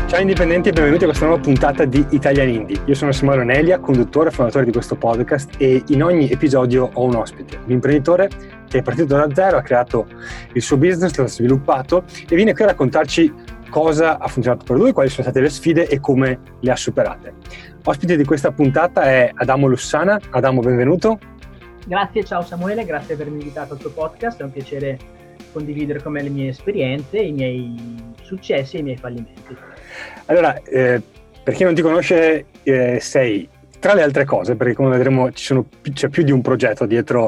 Ciao indipendenti e benvenuti a questa nuova puntata di Italian Indie. Io sono Samuele Onelia, conduttore e fondatore di questo podcast, e in ogni episodio ho un ospite, un imprenditore che è partito da zero, ha creato il suo business, l'ha sviluppato e viene qui a raccontarci cosa ha funzionato per lui, quali sono state le sfide e come le ha superate. Ospite di questa puntata è Adamo Lussana. Adamo, benvenuto. Grazie, ciao Samuele, grazie per avermi invitato al tuo podcast, è un piacere condividere con me le mie esperienze, i miei successi e i miei fallimenti. Allora, per chi non ti conosce, sei, tra le altre cose, perché come vedremo c'è più di un progetto dietro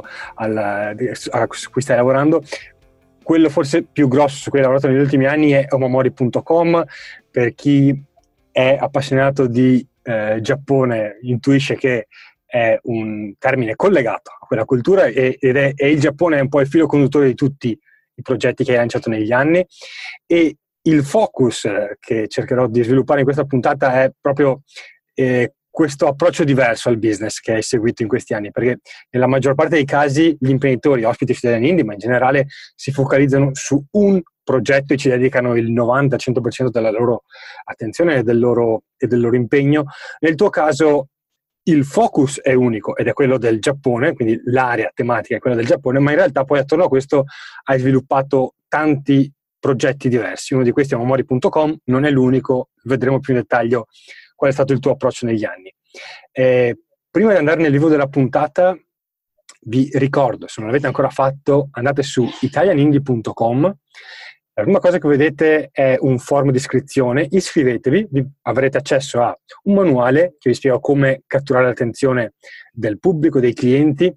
su cui stai lavorando. Quello forse più grosso su cui hai lavorato negli ultimi anni è Omamori.com. Per chi è appassionato di Giappone intuisce che è un termine collegato a quella cultura e il Giappone è un po' il filo conduttore di tutti i progetti che hai lanciato negli anni, e il focus che cercherò di sviluppare in questa puntata è proprio questo approccio diverso al business che hai seguito in questi anni, perché nella maggior parte dei casi gli imprenditori, ospiti su Italian Indie, ma in generale si focalizzano su un progetto e ci dedicano il 90-100% della loro attenzione e del loro impegno. Nel tuo caso il focus è unico ed è quello del Giappone, quindi l'area tematica è quella del Giappone, ma in realtà poi attorno a questo hai sviluppato tanti progetti diversi. Uno di questi è Omamori.com, non è l'unico, vedremo più in dettaglio qual è stato il tuo approccio negli anni. Prima di andare nel vivo della puntata, vi ricordo, se non l'avete ancora fatto, andate su italianindie.com. La prima cosa che vedete è un form di iscrizione, iscrivetevi, avrete accesso a un manuale che vi spiega come catturare l'attenzione del pubblico, dei clienti,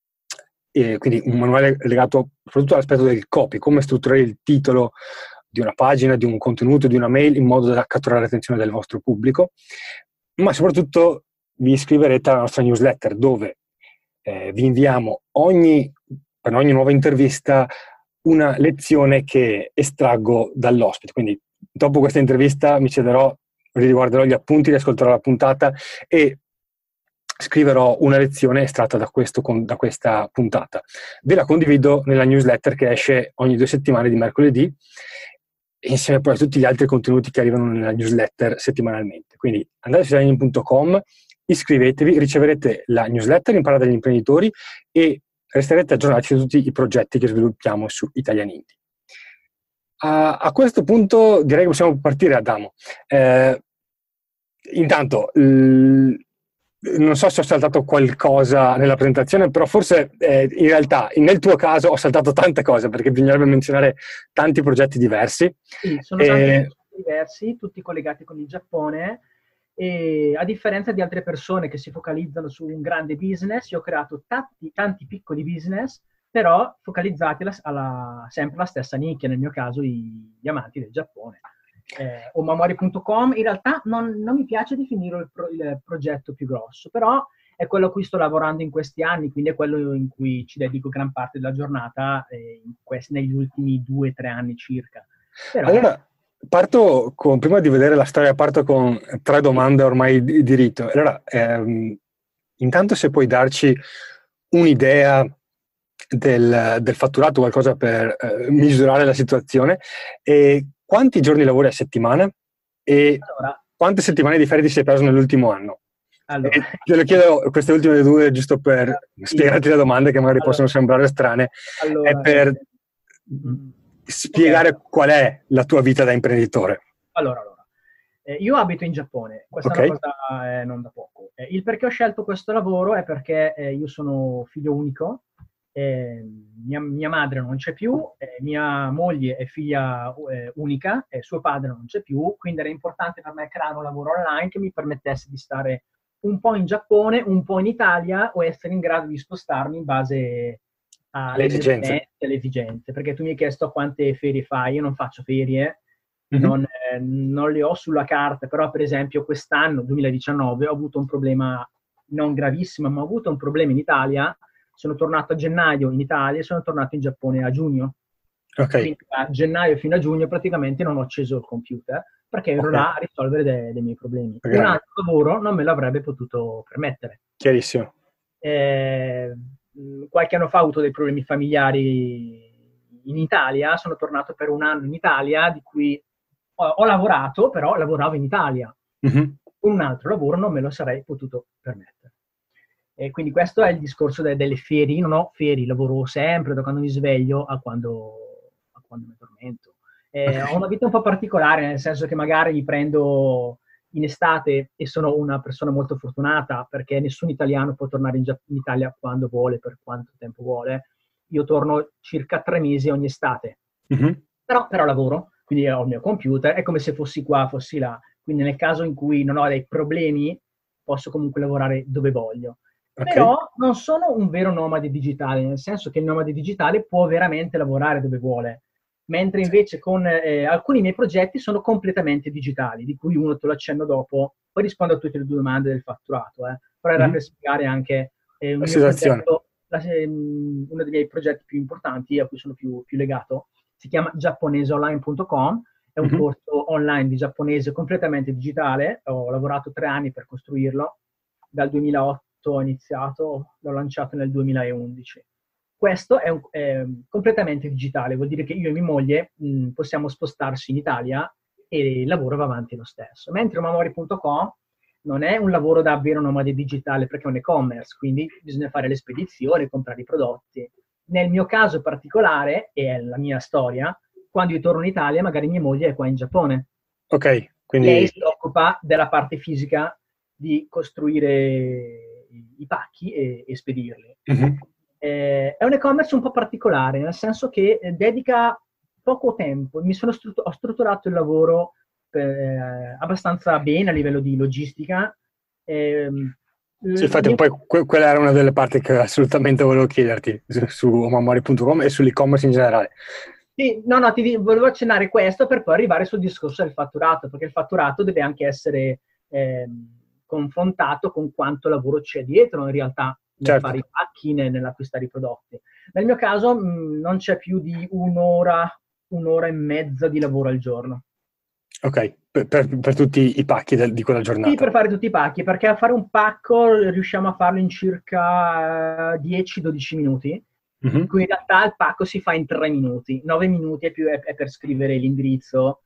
e quindi un manuale legato soprattutto all'aspetto del copy, come strutturare il titolo di una pagina, di un contenuto, di una mail in modo da catturare l'attenzione del vostro pubblico, ma soprattutto vi iscriverete alla nostra newsletter dove vi inviamo per ogni nuova intervista una lezione che estraggo dall'ospite. Quindi dopo questa intervista mi riguarderò gli appunti, riascolterò la puntata e scriverò una lezione estratta da questa puntata. Ve la condivido nella newsletter che esce ogni 2 settimane di mercoledì, insieme poi a tutti gli altri contenuti che arrivano nella newsletter settimanalmente. Quindi andate su italianindie.com, iscrivetevi, riceverete la newsletter imparata dagli imprenditori e resterete aggiornati su tutti i progetti che sviluppiamo su Italian Indie. A questo punto direi che possiamo partire, Adamo. Intanto, non so se ho saltato qualcosa nella presentazione, però forse in realtà nel tuo caso ho saltato tante cose, perché bisognerebbe menzionare tanti progetti diversi. Sì, sono tanti progetti diversi, tutti collegati con il Giappone. E a differenza di altre persone che si focalizzano su un grande business, io ho creato tanti piccoli business, però focalizzati sempre alla stessa nicchia, nel mio caso gli amanti del Giappone. Omamori.com in realtà non mi piace definire il progetto più grosso, però è quello a cui sto lavorando in questi anni, quindi è quello in cui ci dedico gran parte della giornata negli ultimi 2-3 anni circa. Però, allora, prima di vedere la storia, parto con 3 domande ormai di rito. Allora, intanto se puoi darci un'idea del fatturato, qualcosa per misurare la situazione, e quanti giorni lavori a settimana e quante settimane di ferie ti sei preso nell'ultimo anno? Allora, te le chiedo queste ultime 2 giusto per spiegarti le domande che magari possono sembrare strane, e per spiegare qual è la tua vita da imprenditore. Allora. Io abito in Giappone, questa è una cosa non da poco. Il perché ho scelto questo lavoro è perché io sono figlio unico, mia madre non c'è più, mia moglie è figlia unica, suo padre non c'è più, quindi era importante per me creare un lavoro online che mi permettesse di stare un po' in Giappone, un po' in Italia, o essere in grado di spostarmi in base alle esigenze. Perché tu mi hai chiesto quante ferie fai, io non faccio ferie, non le ho sulla carta, però per esempio quest'anno, 2019, ho avuto un problema non gravissimo, ma ho avuto un problema in Italia. Sono tornato a gennaio in Italia e sono tornato in Giappone a giugno. Quindi da gennaio fino a giugno praticamente non ho acceso il computer perché ero là a risolvere dei miei problemi. Un altro lavoro non me l'avrebbe potuto permettere. Chiarissimo. Qualche anno fa ho avuto dei problemi familiari in Italia, sono tornato per un anno in Italia, di cui ho lavorato, però lavoravo in Italia. Mm-hmm. Un altro lavoro non me lo sarei potuto permettere. E quindi questo è il discorso delle ferie. Io non ho ferie, lavoro sempre da quando mi sveglio a quando mi addormento. Ho una vita un po' particolare, nel senso che magari mi prendo in estate e sono una persona molto fortunata perché nessun italiano può tornare in Italia quando vuole, per quanto tempo vuole. Io torno circa 3 mesi ogni estate. Mm-hmm. Però lavoro, quindi ho il mio computer, è come se fossi qua, fossi là. Quindi nel caso in cui non ho dei problemi, posso comunque lavorare dove voglio. Okay. Però non sono un vero nomade digitale, nel senso che il nomade digitale può veramente lavorare dove vuole, mentre invece con alcuni miei progetti sono completamente digitali, di cui uno te lo accenno dopo, poi rispondo a tutte le due domande del fatturato, però era per spiegare anche un La mio situazione. progetto, uno dei miei progetti più importanti, a cui sono più legato, si chiama giapponeseonline.com, è un corso online di giapponese completamente digitale, ho lavorato 3 anni per costruirlo, dal 2008 ho iniziato, l'ho lanciato nel 2011. Questo è completamente digitale, vuol dire che io e mia moglie possiamo spostarci in Italia e il lavoro va avanti lo stesso. Mentre omamori.com non è un lavoro da vero nomade digitale perché è un e-commerce, quindi bisogna fare le spedizioni, comprare i prodotti. Nel mio caso particolare, e è la mia storia, quando io torno in Italia magari mia moglie è qua in Giappone. Ok, quindi... Lei si occupa della parte fisica di costruire i pacchi e spedirli. Mm-hmm. È un e-commerce un po' particolare, nel senso che dedica poco tempo. Ho strutturato il lavoro abbastanza bene a livello di logistica. Sì, infatti poi quella era una delle parti che assolutamente volevo chiederti su omamori.com e sull'e-commerce in generale. Sì, no, volevo accennare questo per poi arrivare sul discorso del fatturato, perché il fatturato deve anche essere confrontato con quanto lavoro c'è dietro in realtà nel fare i pacchi, nell'acquistare i prodotti. Nel mio caso non c'è più di un'ora e mezza di lavoro al giorno. Ok, per tutti i pacchi di quella giornata. Sì, per fare tutti i pacchi, perché a fare un pacco riusciamo a farlo in circa 10-12 minuti. Mm-hmm. Quindi in realtà il pacco si fa in 3 minuti, 9 minuti è per scrivere l'indirizzo,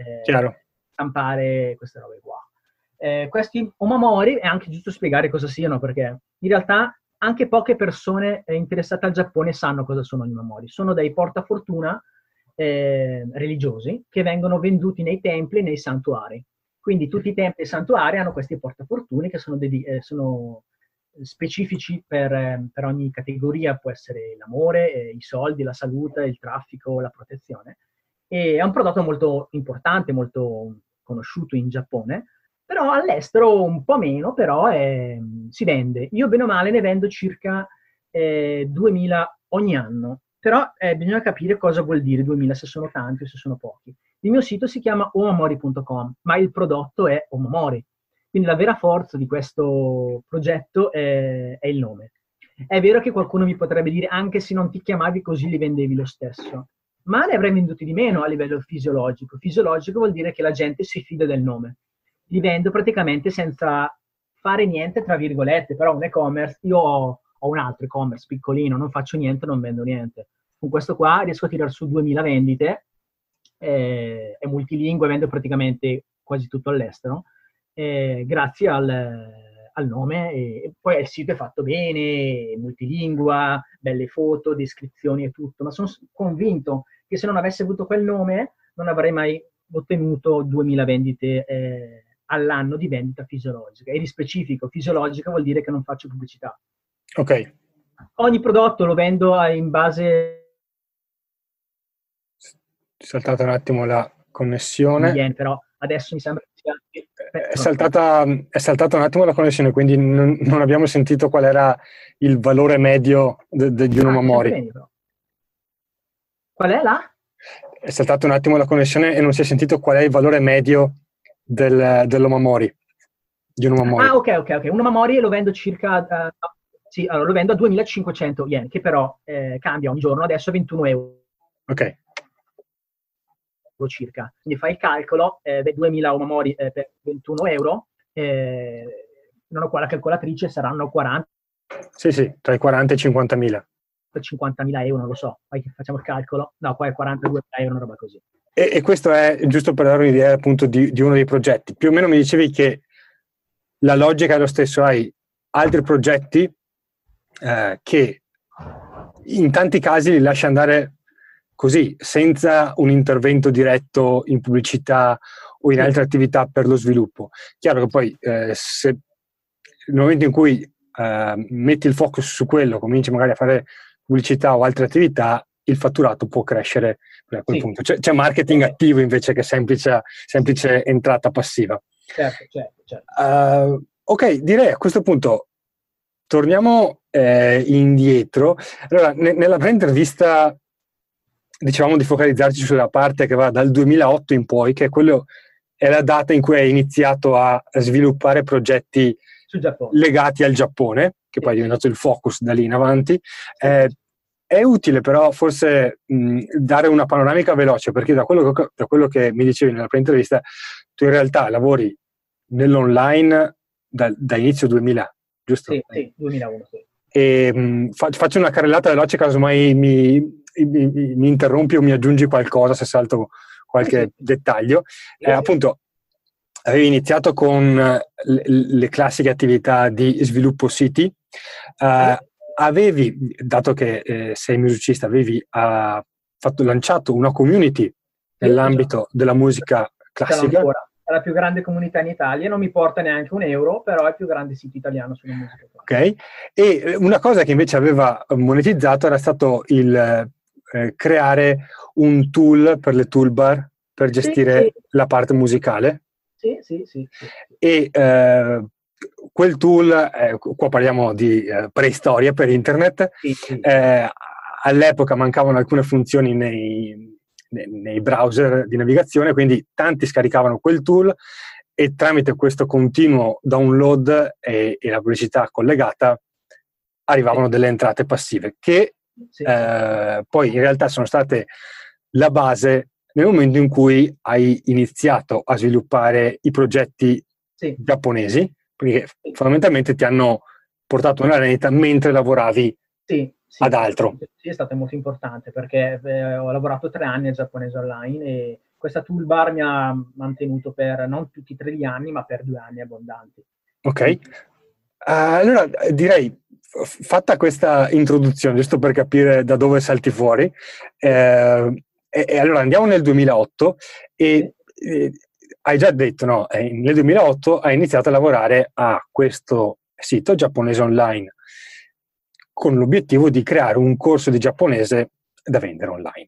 stampare queste robe qua. Questi omamori è anche giusto spiegare cosa siano, perché in realtà anche poche persone interessate al Giappone sanno cosa sono gli omamori. Sono dei portafortuna religiosi che vengono venduti nei templi e nei santuari. Quindi tutti i templi e i santuari hanno questi portafortune che sono specifici per ogni categoria, può essere l'amore, i soldi, la salute, il traffico, la protezione. E è un prodotto molto importante, molto conosciuto in Giappone, però all'estero un po' meno, però si vende. Io bene o male ne vendo circa 2000 ogni anno, però bisogna capire cosa vuol dire 2000, se sono tanti o se sono pochi. Il mio sito si chiama omamori.com, ma il prodotto è omamori. Quindi la vera forza di questo progetto è il nome. È vero che qualcuno mi potrebbe dire anche se non ti chiamavi così li vendevi lo stesso, ma ne avrei venduti di meno a livello fisiologico. Fisiologico vuol dire che la gente si fida del nome. Li vendo praticamente senza fare niente, tra virgolette, però un e-commerce, io ho un altro e-commerce piccolino, non faccio niente, non vendo niente. Con questo qua riesco a tirare su 2000 vendite, è multilingue, vendo praticamente quasi tutto all'estero, grazie al nome, e poi il sito è fatto bene, multilingua, belle foto, descrizioni e tutto, ma sono convinto che se non avessi avuto quel nome non avrei mai ottenuto 2000 vendite all'anno di vendita fisiologica. E di specifico, fisiologica vuol dire che non faccio pubblicità. Ok. Ogni prodotto lo vendo in base... È saltata un attimo la connessione. Però adesso mi sembra che sia... È saltata un attimo la connessione, quindi non abbiamo sentito qual era il valore medio di un omamori. Qual è la? È saltata un attimo la connessione e non si è sentito qual è il valore medio dell'omamori. Di un omamori. Ah, ok. Un omamori lo vendo circa... sì, allora lo vendo a 2500 yen, che però cambia ogni giorno, adesso è 21 euro. Ok. Circa. Quindi fai il calcolo, 2000 omamori per 21 euro, non ho qua la calcolatrice, saranno 40. Sì, tra i 40 e i 50.000. 50.000 euro, non lo so, poi facciamo il calcolo, no, qua è 42.000 euro, una roba così. E questo è giusto per dare un'idea appunto di uno dei progetti. Più o meno mi dicevi che la logica è lo stesso, hai altri progetti che in tanti casi li lasci andare così, senza un intervento diretto in pubblicità o in altre attività per lo sviluppo. Chiaro che poi se nel momento in cui metti il focus su quello, cominci magari a fare pubblicità o altre attività, il fatturato può crescere a quel punto. C'è marketing attivo invece che semplice entrata passiva. Certo. Ok, direi a questo punto torniamo indietro. Allora, nella pre-intervista dicevamo di focalizzarci sulla parte che va dal 2008 in poi, che è la data in cui hai iniziato a sviluppare progetti legati al Giappone, che poi è diventato il focus da lì in avanti. È utile però forse dare una panoramica veloce, perché da quello che mi dicevi nella pre-intervista, tu in realtà lavori nell'online da inizio 2000, giusto? Sì, 2001, sì. E faccio una carrellata veloce, casomai mi interrompi o mi aggiungi qualcosa se salto qualche dettaglio. Appunto, avevi iniziato con le classiche attività di sviluppo siti. Avevi, dato che sei musicista, avevi lanciato una community nell'ambito della musica classica. È la più grande comunità in Italia, non mi porta neanche un euro, però è il più grande sito italiano sulla musica classica. Ok, e una cosa che invece aveva monetizzato era stato il creare un tool per le toolbar per gestire la parte musicale. Sì. E quel tool, qua parliamo di preistoria per internet, all'epoca mancavano alcune funzioni nei browser di navigazione, quindi tanti scaricavano quel tool e tramite questo continuo download e la pubblicità collegata arrivavano delle entrate passive che poi in realtà sono state la base nel momento in cui hai iniziato a sviluppare i progetti giapponesi, perché fondamentalmente ti hanno portato una rendita mentre lavoravi ad altro. Sì, è stato molto importante perché ho lavorato 3 anni al Giapponese Online e questa toolbar mi ha mantenuto per non tutti i 3 gli anni, ma per 2 anni abbondanti. Ok, allora direi, fatta questa introduzione, giusto per capire da dove salti fuori, e allora andiamo nel 2008 e hai già detto, no? Nel 2008 hai iniziato a lavorare a questo sito Giapponese Online con l'obiettivo di creare un corso di giapponese da vendere online.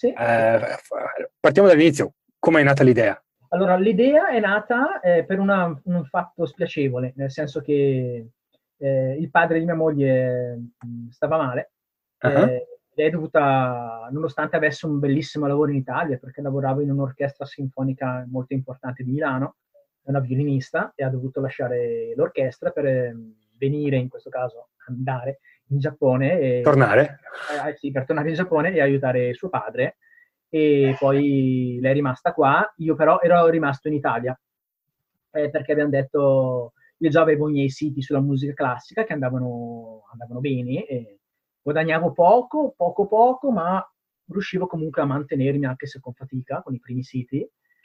Partiamo dall'inizio. Come è nata l'idea? Allora, l'idea è nata per un fatto spiacevole, nel senso che il padre di mia moglie stava male. Lei è dovuta, nonostante avesse un bellissimo lavoro in Italia, perché lavorava in un'orchestra sinfonica molto importante di Milano, è una violinista, e ha dovuto lasciare l'orchestra per venire, in questo caso andare in Giappone. Tornare? Sì, per tornare in Giappone e aiutare suo padre. E poi lei è rimasta qua, io però ero rimasto in Italia, perché abbiamo detto, io già avevo i miei siti sulla musica classica che andavano bene, e guadagnavo poco, ma riuscivo comunque a mantenermi, anche se con fatica, con i primi siti.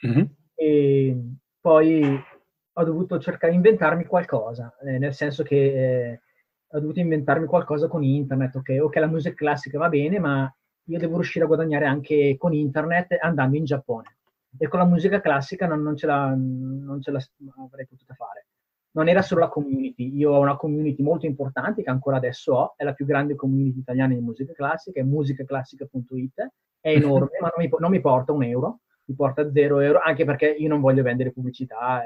E poi ho dovuto cercare di inventarmi qualcosa, nel senso che ho dovuto inventarmi qualcosa con internet. Ok, la musica classica va bene, ma io devo riuscire a guadagnare anche con internet andando in Giappone. E con la musica classica non ce la avrei potuta fare. Non era solo la community, io ho una community molto importante che ancora adesso ho, è la più grande community italiana di musica classica, è musicaclassica.it, è enorme, ma non mi porta un euro, mi porta 0 euro, anche perché io non voglio vendere pubblicità,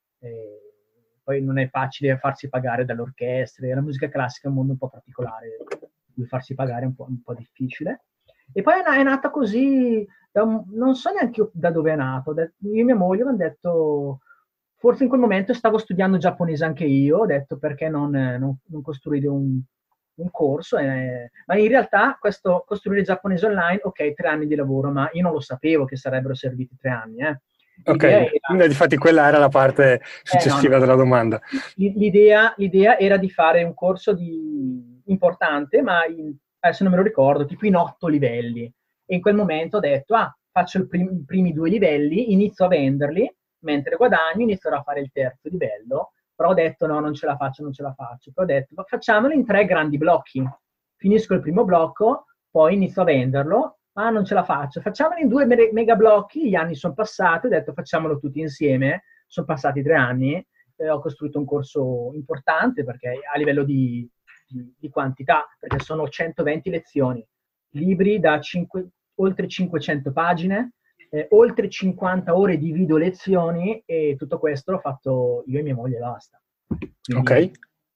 poi non è facile farsi pagare dalle orchestre, la musica classica è un mondo un po' particolare, farsi pagare è un po' difficile. E poi è nata così, non so neanche io da dove è nato, io e mia moglie mi hanno detto, forse in quel momento stavo studiando giapponese anche io, ho detto perché non costruire un corso, ma in realtà questo costruire giapponese online, ok, 3 anni di lavoro, ma io non lo sapevo che sarebbero serviti 3 anni. Ok, infatti quella era la parte successiva della domanda. L'idea era di fare un corso importante, ma adesso non me lo ricordo, tipo in 8 livelli. E in quel momento ho detto, faccio i primi 2 livelli, inizio a venderli, mentre guadagno inizierò a fare il terzo livello, però ho detto no, non ce la faccio. Poi ho detto, ma facciamolo in 3 grandi blocchi. Finisco il primo blocco, poi inizio a venderlo, non ce la faccio. Facciamolo in 2 mega blocchi, gli anni sono passati, ho detto facciamolo tutti insieme, sono passati 3 anni, ho costruito un corso importante perché a livello di quantità, perché sono 120 lezioni, libri da oltre 500 pagine, oltre 50 ore di video lezioni, e tutto questo l'ho fatto io e mia moglie, basta. Quindi, ok.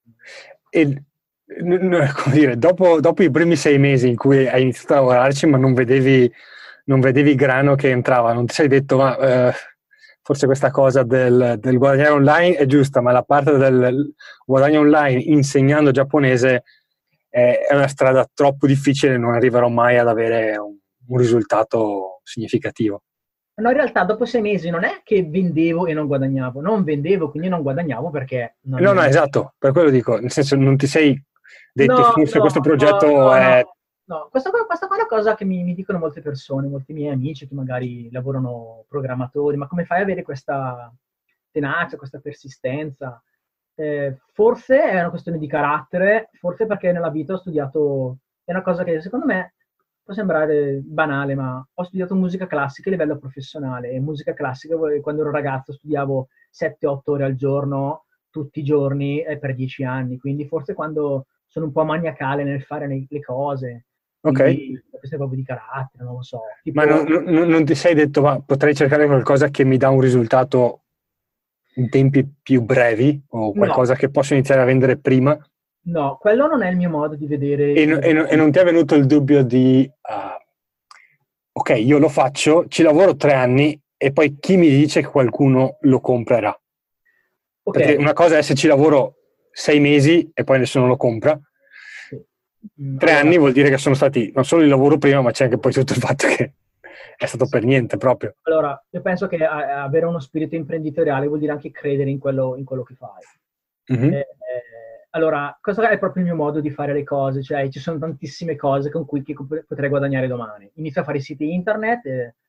E come dire, dopo i primi 6 mesi in cui hai iniziato a lavorarci, ma non vedevi grano che entrava, non ti sei detto, ma forse questa cosa del guadagnare online è giusta, ma la parte del guadagno online insegnando giapponese è una strada troppo difficile, non arriverò mai ad avere un risultato significativo. no, in realtà dopo 6 mesi non è che vendevo e non guadagnavo, non vendevo quindi non guadagnavo perché No, esatto, per quello dico, nel senso non ti sei detto No, forse no, questo progetto no, no, è... no. Questa qua è una cosa che mi dicono molte persone, molti miei amici che magari lavorano programmatori, ma come fai ad avere questa tenacia, questa persistenza? Forse è una questione di carattere, forse perché nella vita ho studiato, è una cosa che secondo me può sembrare banale, ma ho studiato musica classica a livello professionale, e musica classica quando ero ragazzo studiavo 7-8 ore al giorno, tutti i giorni, per 10 anni, quindi forse quando sono un po' maniacale nel fare le cose, Ok, quindi è questione proprio di carattere, non lo so. ma Tipo, non ti sei detto, ma potrei cercare qualcosa che mi dà un risultato in tempi più brevi o no, qualcosa che posso iniziare a vendere prima? no, quello non è il mio modo di vedere il E non ti è venuto il dubbio di, ok, io lo faccio, ci lavoro 3 anni e poi chi mi dice che qualcuno lo comprerà? Ok, Perché una cosa è se ci lavoro 6 mesi e poi nessuno lo compra. sì. 3 anni vuol dire che sono stati non solo il lavoro prima, ma c'è anche poi tutto il fatto che è stato per niente proprio. Allora, io penso che avere uno spirito imprenditoriale vuol dire anche credere in quello che fai. Mm-hmm. Allora, questo è proprio il mio modo di fare le cose, cioè ci sono tantissime cose con cui potrei guadagnare domani. Inizio a fare siti internet,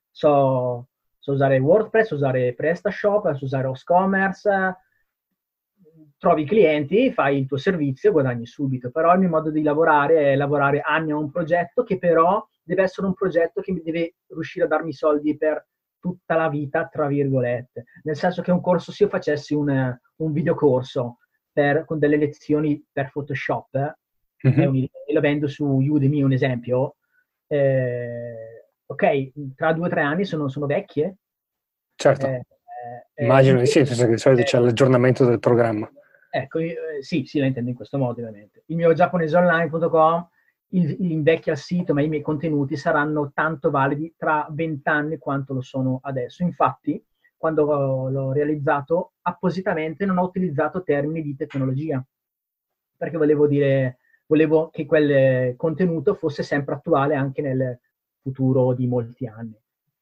so usare WordPress, so usare PrestaShop, so usare Oscommerce, trovi i clienti, fai il tuo servizio e guadagni subito. Però il mio modo di lavorare è lavorare anni a un progetto che però deve essere un progetto che deve riuscire a darmi soldi per tutta la vita, tra virgolette. Nel senso che un corso, se io facessi un videocorso con delle lezioni per Photoshop, Mm-hmm. e lo vendo su Udemy, un esempio, ok, tra 2 o 3 anni sono vecchie. Certo, immagino di sì, nel senso che di solito c'è l'aggiornamento del programma. Ecco, sì, la intendo in questo modo, ovviamente. Il mio giapponeseonline.com invecchia il sito, ma i miei contenuti saranno tanto validi tra 20 anni quanto lo sono adesso. Infatti, quando l'ho realizzato, appositamente non ho utilizzato termini di tecnologia, perché volevo che quel contenuto fosse sempre attuale anche nel futuro di molti anni.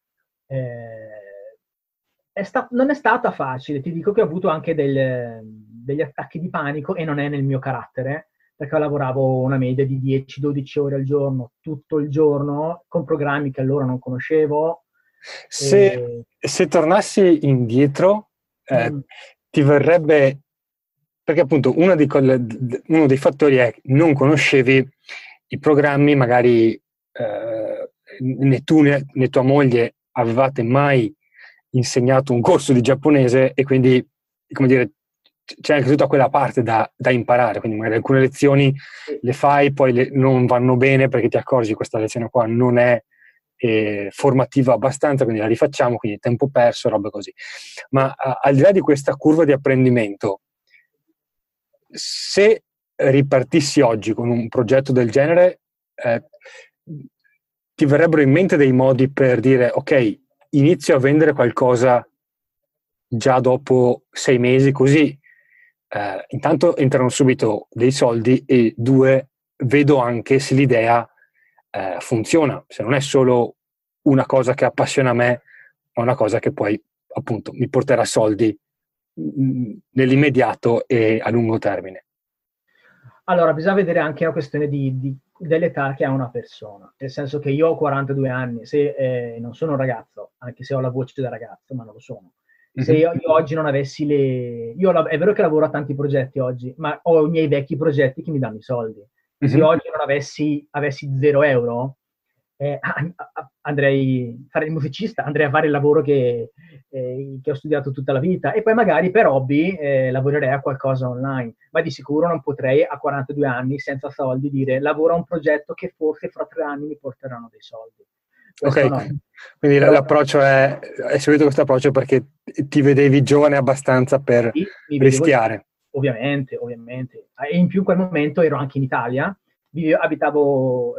Non è stata facile, ti dico che ho avuto anche degli attacchi di panico, e non è nel mio carattere, perché lavoravo una media di 10-12 ore al giorno, tutto il giorno, con programmi che allora non conoscevo. Se tornassi indietro, Mm, ti verrebbe, perché appunto uno dei fattori è che non conoscevi i programmi, magari né tu né tua moglie avevate mai insegnato un corso di giapponese e quindi, come dire, c'è anche tutta quella parte da imparare, quindi magari alcune lezioni le fai, poi non vanno bene perché ti accorgi che questa lezione qua non è formativa abbastanza, quindi la rifacciamo, quindi tempo perso, robe così. Ma al di là di questa curva di apprendimento, se ripartissi oggi con un progetto del genere, ti verrebbero in mente dei modi per dire ok, inizio a vendere qualcosa già dopo 6 mesi, così intanto entrano subito dei soldi e 2, vedo anche se l'idea funziona, se non è solo una cosa che appassiona me, ma una cosa che poi appunto mi porterà soldi nell'immediato e a lungo termine. Allora, bisogna vedere anche una questione dell'età che ha una persona, nel senso che io ho 42 anni, se non sono un ragazzo, anche se ho la voce da ragazzo, ma non lo sono. Se io oggi non avessi è vero che lavoro a tanti progetti oggi, ma ho i miei vecchi progetti che mi danno i soldi. Se io oggi non avessi 0 euro, andrei a fare il musicista, andrei a fare il lavoro che ho studiato tutta la vita, e poi magari per hobby lavorerei a qualcosa online, ma di sicuro non potrei a 42 anni senza soldi dire lavoro a un progetto che forse fra 3 anni mi porteranno dei soldi. Questo ok, no. quindi Però, l'approccio hai seguito questo approccio perché ti vedevi giovane abbastanza per sì, mi vedevo, rischiare. ovviamente. E in più in quel momento ero anche in Italia, abitavo,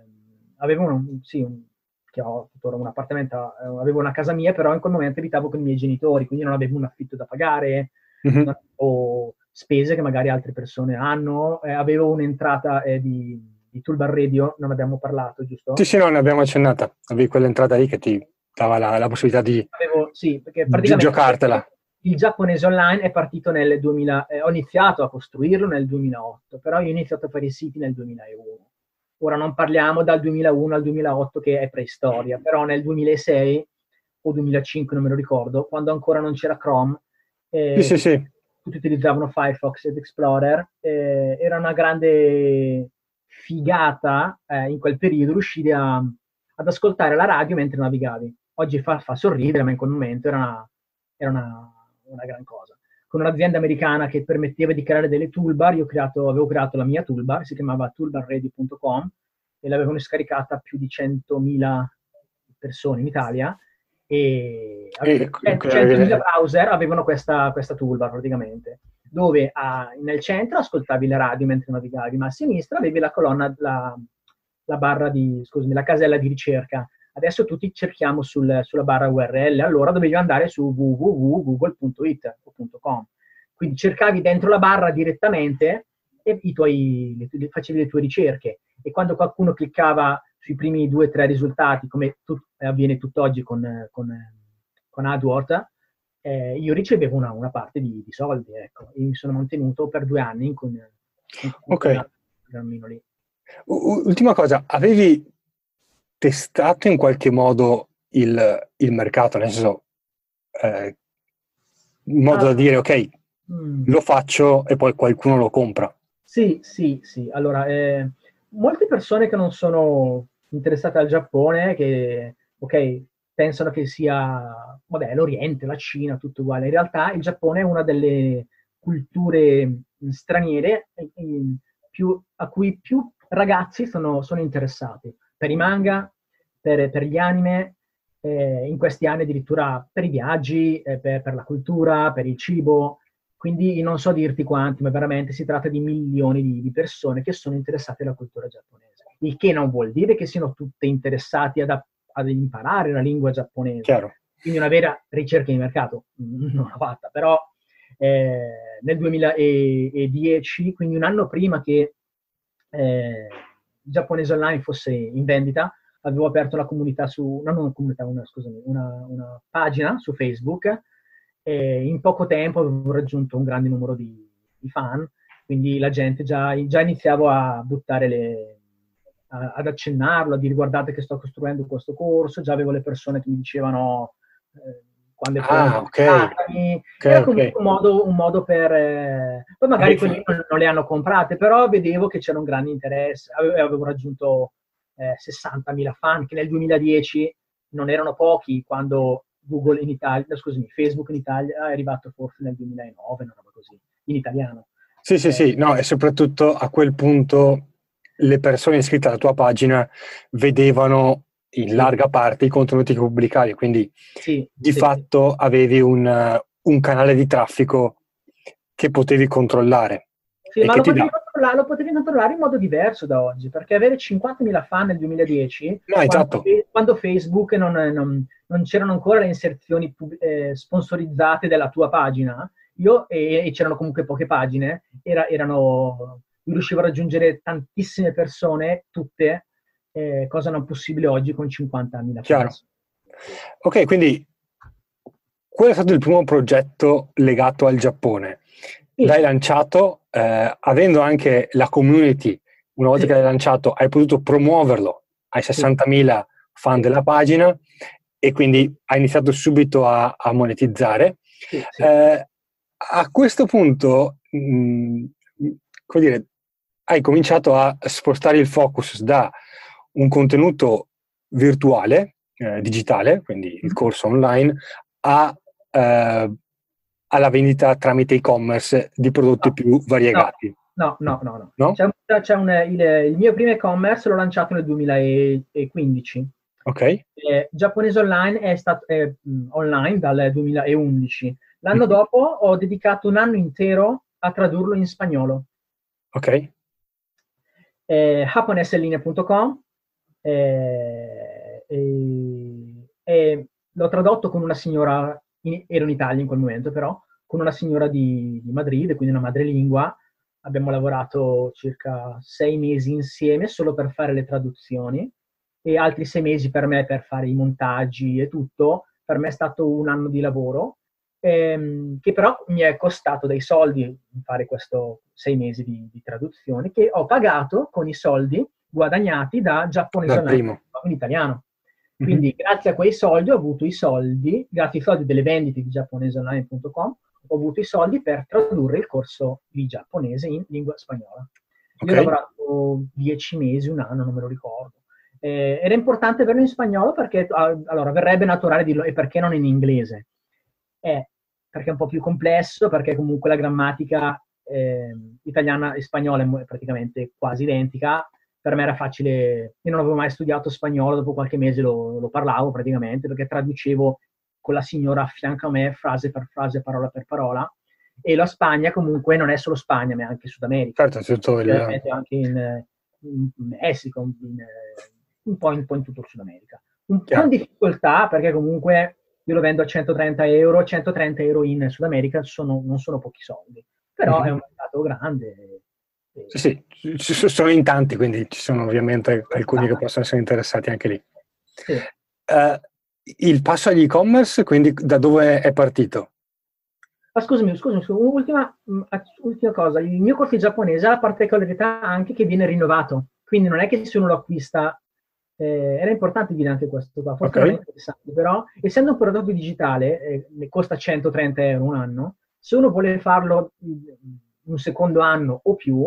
che ho tuttora un appartamento, avevo una casa mia, però in quel momento abitavo con i miei genitori, quindi non avevo un affitto da pagare, o spese che magari altre persone hanno, avevo un'entrata di Toolbar Radio, non abbiamo parlato, giusto? Sì, no, ne abbiamo accennata. Avevi quell'entrata lì che ti dava la possibilità di Sì, perché praticamente giocartela. il giapponese online è partito nel 2000, ho iniziato a costruirlo nel 2008, però io ho iniziato a fare i siti nel 2001. Ora non parliamo dal 2001 al 2008 che è preistoria, però nel 2006 o 2005, non me lo ricordo, quando ancora non c'era Chrome, Sì. tutti utilizzavano Firefox ed Explorer, era una grande figata in quel periodo riuscire ad ascoltare la radio mentre navigavi. Oggi fa sorridere, ma in quel momento era una gran cosa. Con un'azienda americana che permetteva di creare delle toolbar, avevo creato la mia toolbar, si chiamava toolbarradio.com, e l'avevano scaricata più di 100.000 persone in Italia, e 100.000 browser avevano questa toolbar praticamente, dove nel centro ascoltavi le radio mentre navigavi, ma a sinistra avevi la colonna, la casella di ricerca. Adesso tutti cerchiamo sulla barra URL, allora dovevi andare su www.google.it o .com. Quindi cercavi dentro la barra direttamente e facevi le tue ricerche. E quando qualcuno cliccava sui primi 2 o 3 risultati, come avviene tutt'oggi con AdWords, io ricevevo una parte di soldi. Ecco. Io mi sono mantenuto per 2 anni in quel programmino lì. Ultima cosa, avevi testato in qualche modo il mercato, nel senso, in modo da dire ok, lo faccio e poi qualcuno lo compra? Sì. Allora, molte persone che non sono interessate al Giappone, che pensano che sia l'Oriente, la Cina, tutto uguale. In realtà il Giappone è una delle culture straniere a cui più ragazzi sono interessati, per i manga, per gli anime, in questi anni addirittura per i viaggi, per la cultura, per il cibo. Quindi non so dirti quanti, ma veramente si tratta di milioni di persone che sono interessate alla cultura giapponese. Il che non vuol dire che siano tutte interessati ad imparare la lingua giapponese. Chiaro. Quindi una vera ricerca di mercato non l'ho fatta, però nel 2010, quindi un anno prima che il giapponese online fosse in vendita, avevo aperto una comunità una pagina su Facebook, e in poco tempo avevo raggiunto un grande numero di fan, quindi la gente già iniziavo a buttare ad accennarlo, a dire guardate che sto costruendo questo corso, già avevo le persone che mi dicevano quando è pronto, era comunque un modo per poi magari quelli non le hanno comprate, però vedevo che c'era un grande interesse, avevo raggiunto 60.000 fan, che nel 2010 non erano pochi, quando Google in Italia, Facebook in Italia è arrivato forse nel 2009, una roba così, in italiano. Sì, no, e soprattutto a quel punto le persone iscritte alla tua pagina vedevano in larga parte i contenuti che pubblicavi, quindi di fatto avevi un canale di traffico che potevi controllare. Sì, ma lo potevi controllare in modo diverso da oggi, perché avere 50.000 fan nel 2010, quando Facebook non c'erano ancora le inserzioni sponsorizzate della tua pagina, e c'erano comunque poche pagine, riuscivo a raggiungere tantissime persone, tutte, cosa non possibile oggi con 50.000 fan. Ok, quindi quello è stato il primo progetto legato al Giappone. L'hai lanciato avendo anche la community una volta Sì. che l'hai lanciato, hai potuto promuoverlo ai 60.000 fan della pagina e quindi hai iniziato subito a monetizzare. Sì, sì. A questo punto, come dire, hai cominciato a spostare il focus da un contenuto virtuale, digitale, quindi il corso online, alla vendita tramite e-commerce di prodotti No, più no, variegati. no, no, no, no. No? Il mio primo e-commerce l'ho lanciato nel 2015. Ok. Giapponese Online è stato online dal 2011. L'anno Mhm. dopo ho dedicato un anno intero a tradurlo in spagnolo. Ok. Japoneselinea.com e l'ho tradotto con una signora, ero in Italia in quel momento però, con una signora di Madrid, quindi una madrelingua. Abbiamo lavorato circa 6 mesi insieme solo per fare le traduzioni e altri 6 mesi per me per fare i montaggi e tutto. Per me è stato un anno di lavoro che però mi è costato dei soldi fare questo 6 mesi di traduzione che ho pagato con i soldi guadagnati da Giapponese Dal Online primo. in italiano. Mhm. Quindi grazie a quei soldi ho avuto i soldi, grazie ai soldi delle vendite di giapponeseonline.com, ho avuto i soldi per tradurre il corso di giapponese in lingua spagnola. Io ho Ok. lavorato 10 mesi, un anno, non me lo ricordo. Era importante averlo in spagnolo perché, allora, verrebbe naturale dirlo, e perché non in inglese? Perché è un po' più complesso, perché comunque la grammatica italiana e spagnola è praticamente quasi identica. Per me era facile, io non avevo mai studiato spagnolo, dopo qualche mese lo parlavo praticamente, perché traducevo con la signora a fianco a me, frase per frase, parola per parola, e la Spagna comunque non è solo Spagna, ma è anche Sud America, Certo, tutto il... ovviamente anche in Messico, un po' in tutto il Sud America. Con Chiaro. difficoltà, perché comunque io lo vendo a 130 euro, 130 euro in Sud America non sono pochi soldi, però è Mhm. un mercato grande. Sì, sì, sono in tanti, quindi ci sono ovviamente alcuni che possono essere interessati anche lì. Sì. Il passo agli e-commerce, quindi da dove è partito? Ma scusami, ultima cosa, il mio corso di giapponese ha la particolarità anche che viene rinnovato, quindi non è che se uno lo acquista, era importante dire anche questo qua, forse Ok. non è interessante, però essendo un prodotto digitale, ne costa 130 euro un anno, se uno vuole farlo un secondo anno o più,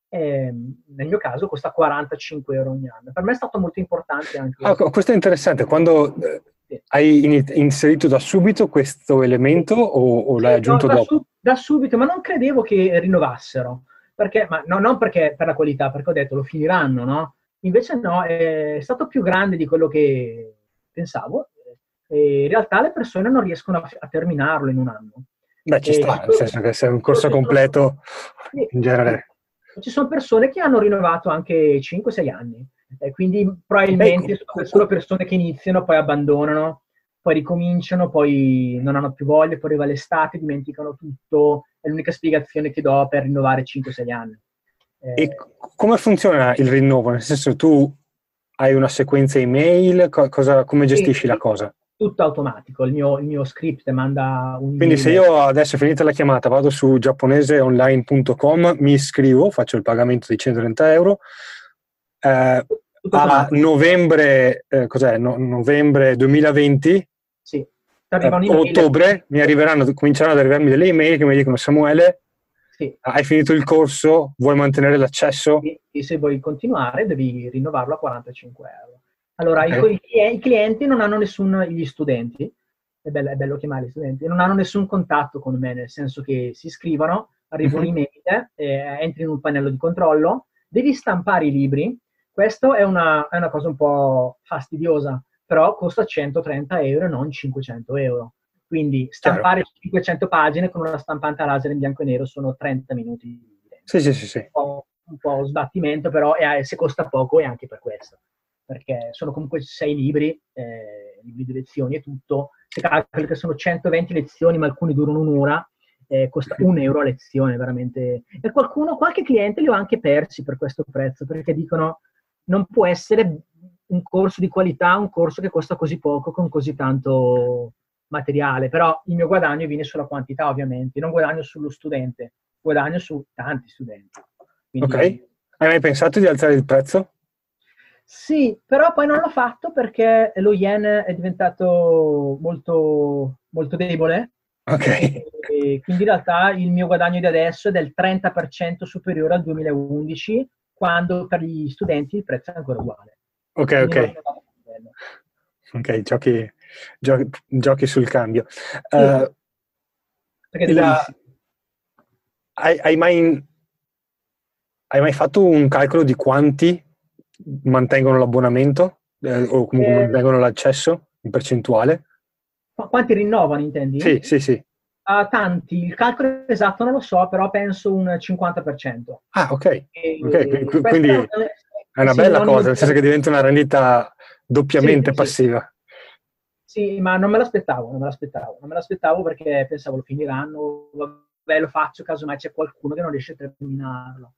nel mio caso costa 45 euro ogni anno. Per me è stato molto importante anche... Questo è interessante. Quando Sì. hai inserito da subito questo elemento o l'hai Sì, no, aggiunto dopo? da subito, ma non credevo che rinnovassero, perché, ma no, non perché per la qualità, perché ho detto lo finiranno, no? Invece no, è stato più grande di quello che pensavo. E in realtà le persone non riescono a terminarlo in un anno. Beh, ci sta, nel senso che se è un corso completo, sì, in sì. genere... Ci sono persone che hanno rinnovato anche 5-6 anni, quindi Ok, probabilmente sono solo persone che iniziano, poi abbandonano, poi ricominciano, poi non hanno più voglia, poi arriva l'estate, dimenticano tutto, è l'unica spiegazione che do per rinnovare 5-6 anni. e come funziona il rinnovo? Nel senso, tu hai una sequenza email, come E gestisci la cosa? tutto automatico, il mio script manda Quindi se un'email. io adesso finita la chiamata vado su giapponeseonline.com, mi iscrivo, faccio il pagamento di 130 euro, Tutto a automatico. novembre, cos'è? Novembre 2020, Sì, ti arriva un'email. ottobre, cominceranno ad arrivarmi delle email che mi dicono: Samuele, Sì, hai finito il corso, vuoi mantenere l'accesso? e se vuoi continuare devi rinnovarlo a 45 euro. Allora, Ok. i clienti non hanno gli studenti, è bello chiamare gli studenti, non hanno nessun contatto con me, nel senso che si iscrivono, arriva Mhm. un'email, entri in un pannello di controllo, devi stampare i libri, questo è una cosa un po' fastidiosa, però costa 130 euro e non 500 euro. Quindi Chiaro. stampare 500 pagine con una stampante a laser in bianco e nero sono 30 minuti di Sì, tempo. sì, sì, sì. Un po' sbattimento, però se costa poco è anche per questo, perché sono comunque 6 libri, libri di lezioni e tutto, se calcoli che sono 120 lezioni, ma alcuni durano un'ora, costa Mhm. 1 euro a lezione, veramente. E qualche cliente li ho anche persi per questo prezzo, perché dicono non può essere un corso di qualità, un corso che costa così poco, con così tanto materiale, però il mio guadagno viene sulla quantità, ovviamente, non guadagno sullo studente, guadagno su tanti studenti. Ok. Quindi Hai mai pensato di alzare il prezzo? Sì, però poi non l'ho fatto perché lo yen è diventato molto, molto debole Ok, e quindi in realtà il mio guadagno di adesso è del 30% superiore al 2011, quando per gli studenti il prezzo è ancora uguale. ok, Quindi ok. non è andato bello. Ok, giochi sul cambio. Sì, Eh, perché il- già hai, hai mai fatto un calcolo di quanti mantengono l'abbonamento o comunque eh, mantengono l'accesso in percentuale? quanti rinnovano, intendi? Sì, sì, sì. Tanti, il calcolo esatto non lo so, però penso un 50%. Ah, ok. Ok, Questo quindi è è una bella sinonimo cosa, di... nel senso che diventa una rendita Sì, doppiamente sì, passiva. sì, ma non me l'aspettavo, non me l'aspettavo perché pensavo lo finiranno, vabbè lo faccio, casomai c'è qualcuno che non riesce a terminarlo.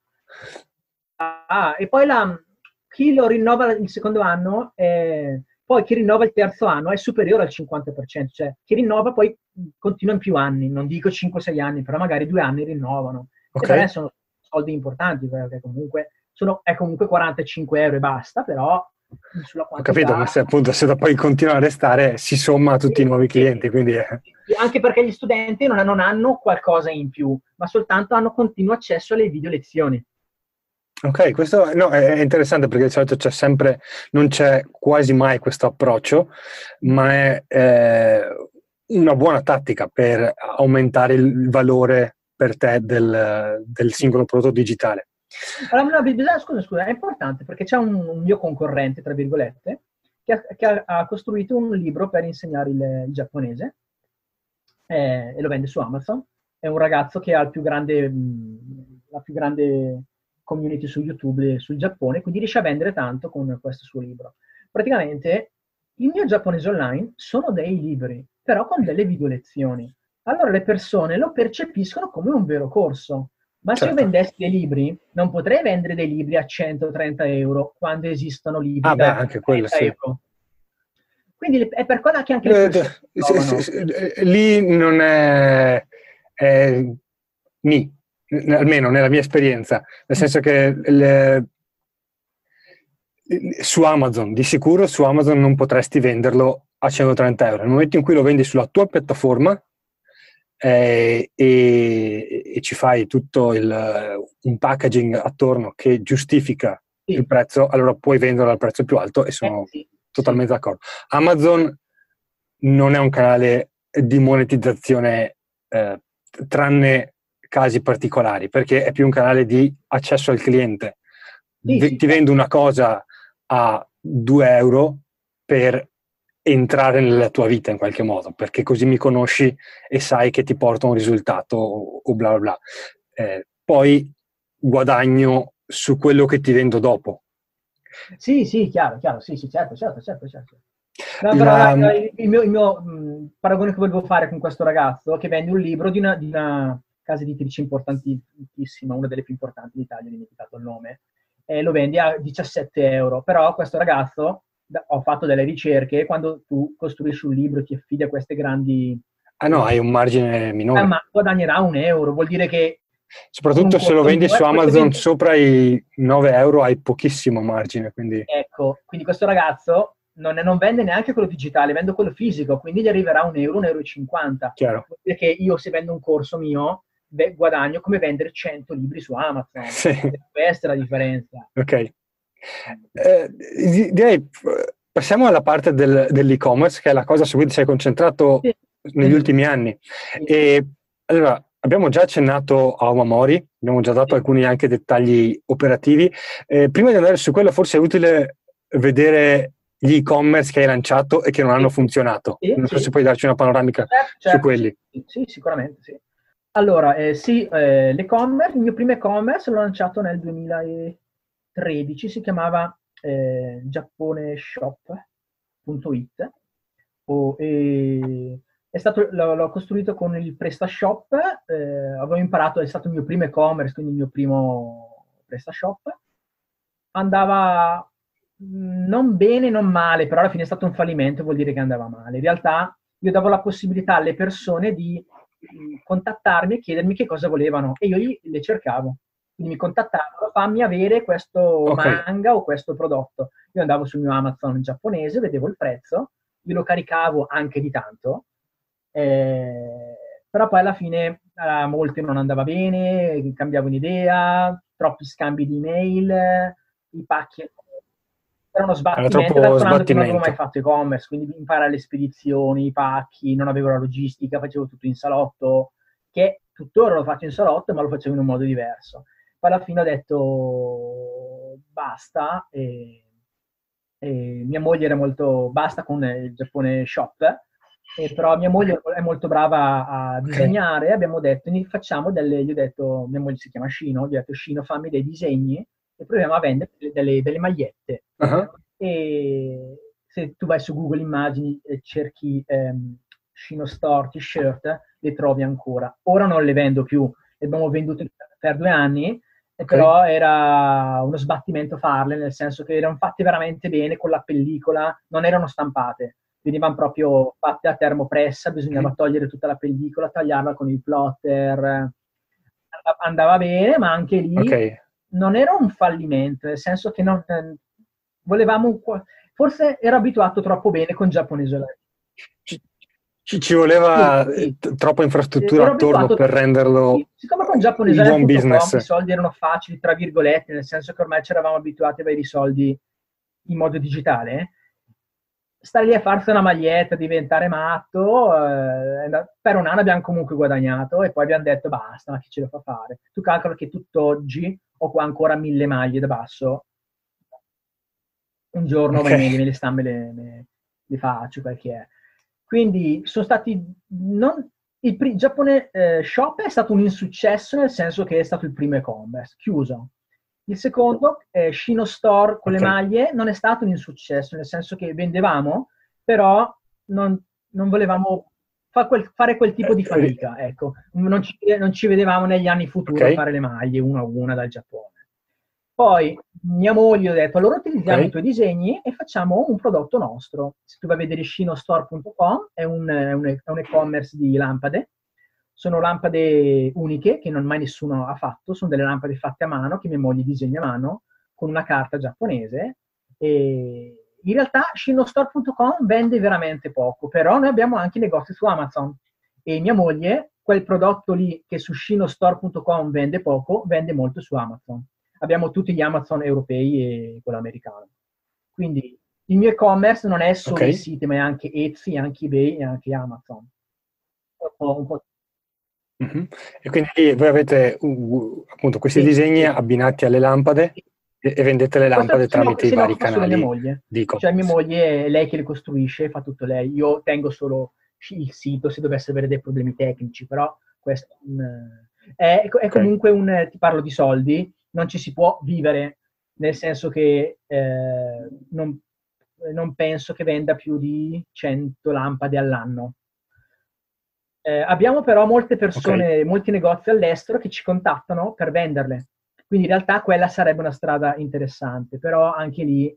E poi chi lo rinnova il secondo anno, poi chi rinnova il terzo anno è superiore al 50%, cioè chi rinnova poi continua in più anni, non dico 5-6 anni, però magari 2 anni rinnovano. E Ok? per me sono soldi importanti, perché comunque è comunque 45 euro e basta, però sulla Ho capito, quantità... ma se appunto se poi continua a restare si somma a tutti i Sì, nuovi sì, clienti, quindi sì, anche perché gli studenti non hanno qualcosa in più, ma soltanto hanno continuo accesso alle video lezioni. ok, questo no, è interessante perché di solito c'è sempre, non c'è quasi mai questo approccio, ma è una buona tattica per aumentare il valore per te del singolo prodotto digitale. Allora, no, scusa, è importante perché c'è un mio concorrente, tra virgolette, che ha costruito un libro per insegnare il giapponese e lo vende su Amazon. È un ragazzo che ha la più grande community su YouTube sul Giappone, quindi riesce a vendere tanto con questo suo libro. Praticamente il mio giapponese online sono dei libri, però con delle video lezioni. Allora le persone lo percepiscono come un vero corso. Ma se io Certo. vendessi dei libri, non potrei vendere dei libri a 130 euro quando esistono libri Ah beh, da anche quello 30 sì. euro. Quindi è per quello che anche le persone trovano. Lì non è ni, almeno nella mia esperienza, nel Mm, senso che su Amazon, di sicuro su Amazon non potresti venderlo a 130 euro. Nel momento in cui lo vendi sulla tua piattaforma e ci fai tutto un packaging attorno che giustifica il sì, prezzo, allora puoi venderlo al prezzo più alto e sono sì, sì. totalmente d'accordo. Amazon non è un canale di monetizzazione tranne casi particolari, perché è più un canale di accesso al cliente. Sì, sì, Ti certo. vendo una cosa a 2 euro per entrare nella tua vita in qualche modo, perché così mi conosci e sai che ti porta un risultato o bla bla bla. Poi guadagno su quello che ti vendo dopo. Sì, sì, chiaro, chiaro, sì, sì, certo, certo, certo, certo. No, però La, il mio paragone che volevo fare con questo ragazzo che vende un libro di una casa editrice importantissima, una delle più importanti d'Italia, ho dimenticato il nome, e lo vendi a 17 euro. Però questo ragazzo, ho fatto delle ricerche, quando tu costruisci un libro, ti affidi a queste grandi... ah no, hai un margine minore. ma guadagnerà 1 euro, vuol dire che con un Soprattutto se lo corso vendi mio, su questo Amazon sopra i 9 euro hai pochissimo margine, quindi ecco, quindi questo ragazzo non vende neanche quello digitale, vende quello fisico, quindi gli arriverà 1 euro, 1,50 euro. chiaro. Vuol dire che io se vendo un corso mio, guadagno come vendere 100 libri su Amazon. Sì. E questa è la differenza. Ok. Direi, passiamo alla parte dell'e-commerce, che è la cosa su cui ti sei concentrato Sì, negli ultimi anni. sì, E allora, abbiamo già accennato a Omamori, abbiamo già dato sì, alcuni anche dettagli operativi. Prima di andare su quello, forse è utile vedere gli e-commerce che hai lanciato e che non hanno sì, funzionato. sì, Non so se sì. puoi darci una panoramica Certo, su certo, quelli. sì, sì, sicuramente sì. Allora, sì, l'e-commerce, il mio primo e-commerce l'ho lanciato nel 2013, si chiamava japoneshop.it. L'ho costruito con il PrestaShop, avevo imparato, è stato il mio primo e-commerce, quindi il mio primo PrestaShop. Andava non bene, non male, però alla fine è stato un fallimento, vuol dire che andava male. In realtà io davo la possibilità alle persone di contattarmi e chiedermi che cosa volevano e io le cercavo. Quindi mi contattavano, fammi avere questo manga o questo prodotto. Io andavo sul mio Amazon giapponese, vedevo il prezzo, glielo caricavo anche di tanto, però poi alla fine a molti non andava bene, cambiavo un'idea, troppi scambi di email, i pacchi era uno sbattimento, calcolando che non avevo mai fatto e-commerce, quindi imparare le spedizioni, i pacchi, non avevo la logistica, facevo tutto in salotto, che tuttora lo faccio in salotto, ma lo facevo in un modo diverso. Poi alla fine ho detto basta, e mia moglie era molto basta con il Giappone Shop, però mia moglie è molto brava a disegnare, abbiamo detto facciamo delle, gli ho detto, mia moglie si chiama Shino, gli ho detto Shino fammi dei disegni e proviamo a vendere delle magliette. E se tu vai su Google Immagini e cerchi Shino Store T-shirt, le trovi ancora. Ora non le vendo più, le abbiamo vendute per 2 anni, però era uno sbattimento farle, nel senso che erano fatte veramente bene con la pellicola, non erano stampate, venivano proprio fatte a termopressa, bisognava togliere tutta la pellicola, tagliarla con il plotter, andava bene, ma anche lì non era un fallimento, nel senso che non volevamo, forse ero abituato troppo bene con giapponese. Ci voleva troppa infrastruttura attorno per renderlo siccome con giapponese un buon business. I soldi erano facili, tra virgolette, nel senso che ormai ci eravamo abituati a avere i soldi in modo digitale, stare lì a farsi una maglietta, diventare matto, per un anno abbiamo comunque guadagnato e poi abbiamo detto basta, ma chi ce lo fa fare? Tu calcola che tutt'oggi ho qua ancora 1000 maglie da basso, un giorno me le stampe le faccio, qualche è. Quindi sono stati il Giappone Shop è stato un insuccesso, nel senso che è stato il primo e-commerce chiuso. Il secondo, Shino Store con le maglie, non è stato un insuccesso, nel senso che vendevamo, però non volevamo fare quel tipo di fatica, ecco. Non ci vedevamo negli anni futuri a fare le maglie una a una dal Giappone. Poi mia moglie ha detto, allora utilizziamo i tuoi disegni e facciamo un prodotto nostro. Se tu vai a vedere shinostore.com, è un e-commerce di lampade. Sono lampade uniche che non mai nessuno ha fatto, sono delle lampade fatte a mano, che mia moglie disegna a mano, con una carta giapponese. E in realtà shinostore.com vende veramente poco, però noi abbiamo anche negozi su Amazon. E mia moglie, quel prodotto lì che su shinostore.com vende poco, vende molto su Amazon. Abbiamo tutti gli Amazon europei e quello americano. Quindi il mio e-commerce non è solo i siti, ma è anche Etsy, anche eBay e anche Amazon. Un po'. E quindi voi avete appunto questi disegni abbinati alle lampade e vendete le lampade tramite i vari canali. Mia moglie. Cioè mia moglie è lei che le costruisce, fa tutto lei. Io tengo solo il sito se dovesse avere dei problemi tecnici, però questo è comunque ti parlo di soldi, non ci si può vivere, nel senso che non penso che venda più di 100 lampade all'anno. Abbiamo però molte persone, molti negozi all'estero che ci contattano per venderle. Quindi in realtà quella sarebbe una strada interessante, però anche lì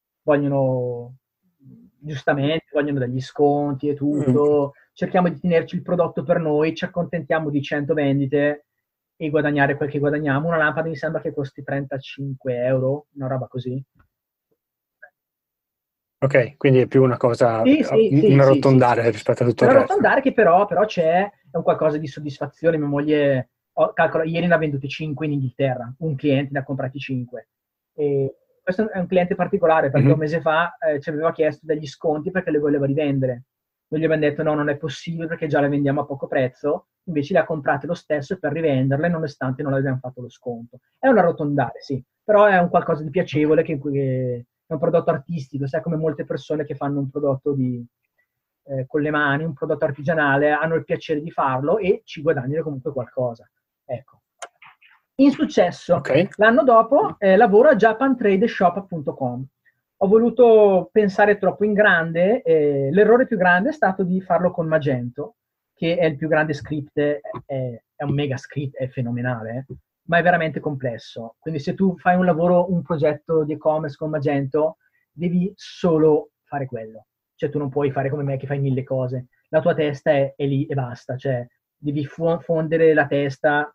giustamente, vogliono degli sconti e tutto. Cerchiamo di tenerci il prodotto per noi, ci accontentiamo di 100 vendite e guadagnare quel che guadagniamo. Una lampada mi sembra che costi 35 euro, una roba così. Ok, quindi è più una cosa, un arrotondare rispetto a tutto il resto. Un arrotondare che però è un qualcosa di soddisfazione. Mia moglie, calcola, ieri ne ha vendute 5 in Inghilterra, un cliente ne ha comprati 5. E questo è un cliente particolare perché un mese fa ci aveva chiesto degli sconti perché le voleva rivendere. Noi gli abbiamo detto no, non è possibile perché già le vendiamo a poco prezzo, invece le ha comprate lo stesso per rivenderle nonostante non le abbiamo fatto lo sconto. È un arrotondare, sì, però è un qualcosa di piacevole che è un prodotto artistico, sai, come molte persone che fanno un prodotto con le mani, un prodotto artigianale, hanno il piacere di farlo e ci guadagnano comunque qualcosa. Ecco. Insuccesso. L'anno dopo lavoro a japantradeshop.com. Ho voluto pensare troppo in grande, l'errore più grande è stato di farlo con Magento, che è il più grande script, è un mega script, è fenomenale, ma è veramente complesso. Quindi se tu fai un progetto di e-commerce con Magento, devi solo fare quello. Cioè tu non puoi fare come me che fai 1000 cose. La tua testa è lì e basta. Cioè devi fondere la testa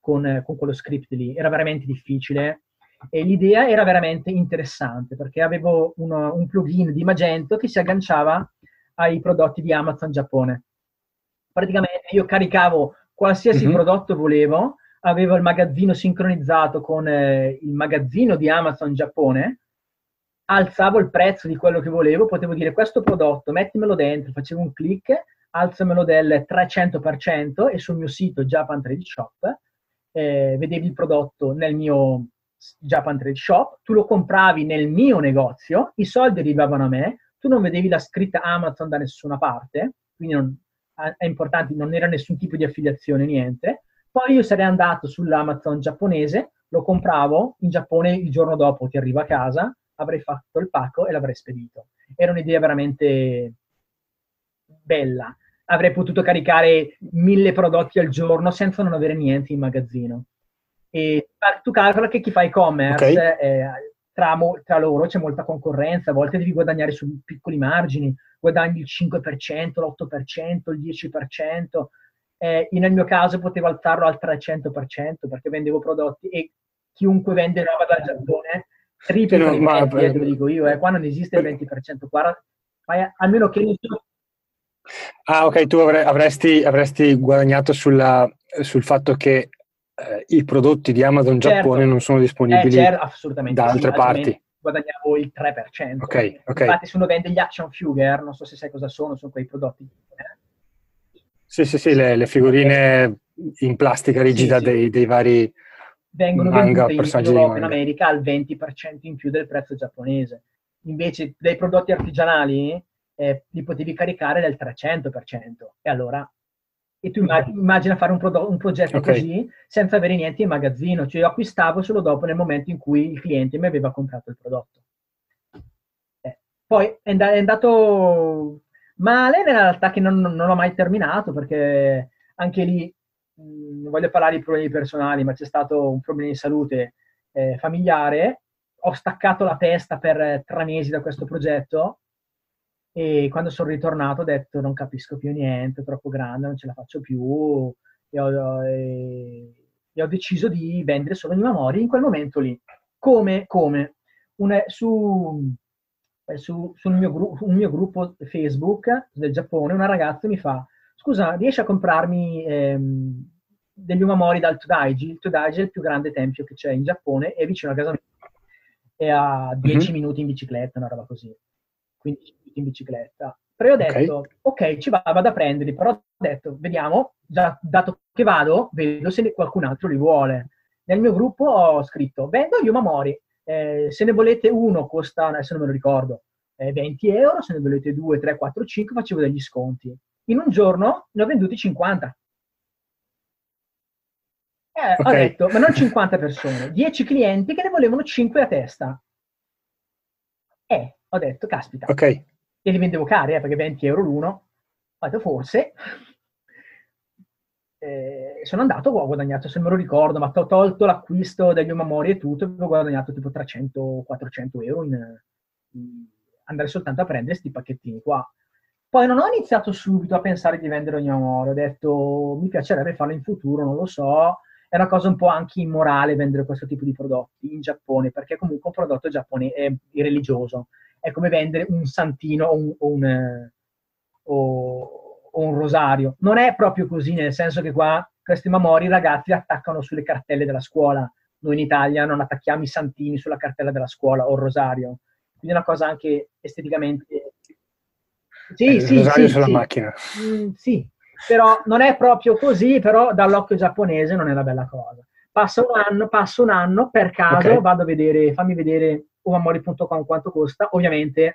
con quello script lì, era veramente difficile e l'idea era veramente interessante perché avevo un plugin di Magento che si agganciava ai prodotti di Amazon Giappone. Praticamente io caricavo qualsiasi prodotto volevo, avevo il magazzino sincronizzato con il magazzino di Amazon Giappone, alzavo il prezzo di quello che volevo, potevo dire questo prodotto, mettimelo dentro, facevo un clic, alzamelo del 300% e sul mio sito Japan Trade Shop vedevi il prodotto nel mio Japan Trade Shop, tu lo compravi nel mio negozio, i soldi arrivavano a me, tu non vedevi la scritta Amazon da nessuna parte, quindi è importante, non era nessun tipo di affiliazione, niente. Poi io sarei andato sull'Amazon giapponese, lo compravo, in Giappone il giorno dopo ti arriva a casa, avrei fatto il pacco e l'avrei spedito. Era un'idea veramente bella. Avrei potuto caricare 1000 prodotti al giorno senza non avere niente in magazzino. E tu calcola che chi fa e-commerce, tra loro c'è molta concorrenza, a volte devi guadagnare su piccoli margini, guadagni il 5%, l'8%, il 10%. Nel mio caso potevo alzarlo al 300% perché vendevo prodotti e chiunque vende roba dal Giappone triplica i prezzi, te lo dico io, qua non esiste il 20%, qua almeno che nessuno... Ah, ok, tu avresti guadagnato sul fatto che i prodotti di Amazon Giappone non sono disponibili assolutamente da altre parti. Guadagnavo il 3%. Okay. Infatti se uno vende gli action figure, non so se sai cosa sono quei prodotti. Sì, le figurine in plastica rigida dei vari vengono manga, vendute in Europa, in America al 20% in più del prezzo giapponese. Invece dei prodotti artigianali li potevi caricare del 300%. E allora, tu immagina fare un progetto così senza avere niente in magazzino. Cioè io acquistavo solo dopo, nel momento in cui il cliente mi aveva comprato il prodotto. Poi è andato male nella realtà che non ho mai terminato, perché anche lì non voglio parlare di problemi personali, ma c'è stato un problema di salute familiare. Ho staccato la testa per 3 mesi da questo progetto e quando sono ritornato ho detto non capisco più niente, è troppo grande, non ce la faccio più e ho deciso di vendere solo New Memory in quel momento lì. Come? Sul un mio gruppo Facebook del Giappone, una ragazza mi fa: scusa, riesci a comprarmi degli umamori dal Todaiji? Il Todaiji è il più grande tempio che c'è in Giappone, è vicino a casa mia, è a 10 minuti in bicicletta, una roba così, 15 minuti in bicicletta. Però io ho detto, ok, vado a prenderli, però ho detto, vediamo, già dato che vedo se qualcun altro li vuole. Nel mio gruppo ho scritto, vendo gli umamori, se ne volete uno costa, adesso non me lo ricordo, 20 euro, se ne volete 2, 3, 4, 5 facevo degli sconti. In un giorno ne ho venduti 50. Ho detto, ma non 50 persone, 10 clienti che ne volevano 5 a testa. Ho detto, caspita. E li vendevo cari, perché 20 euro l'uno. Ho detto, forse. Sono andato, ho guadagnato, se non me lo ricordo, ma ho tolto l'acquisto degli umamori e tutto, ho guadagnato tipo 300-400 euro in andare soltanto a prendere questi pacchettini qua. Poi non ho iniziato subito a pensare di vendere ogni umamori, ho detto mi piacerebbe farlo in futuro, non lo so, è una cosa un po' anche immorale vendere questo tipo di prodotti in Giappone, perché comunque un prodotto giapponese è religioso, è come vendere un santino o un rosario. Non è proprio così, nel senso che qua questi mamori i ragazzi attaccano sulle cartelle della scuola. Noi in Italia non attacchiamo i santini sulla cartella della scuola o il rosario. Quindi è una cosa anche esteticamente... Sì, rosario sulla macchina. Sì, però non è proprio così, però dall'occhio giapponese non è una bella cosa. Passa un anno, per caso vado a vedere, fammi vedere umamori.com quanto costa. Ovviamente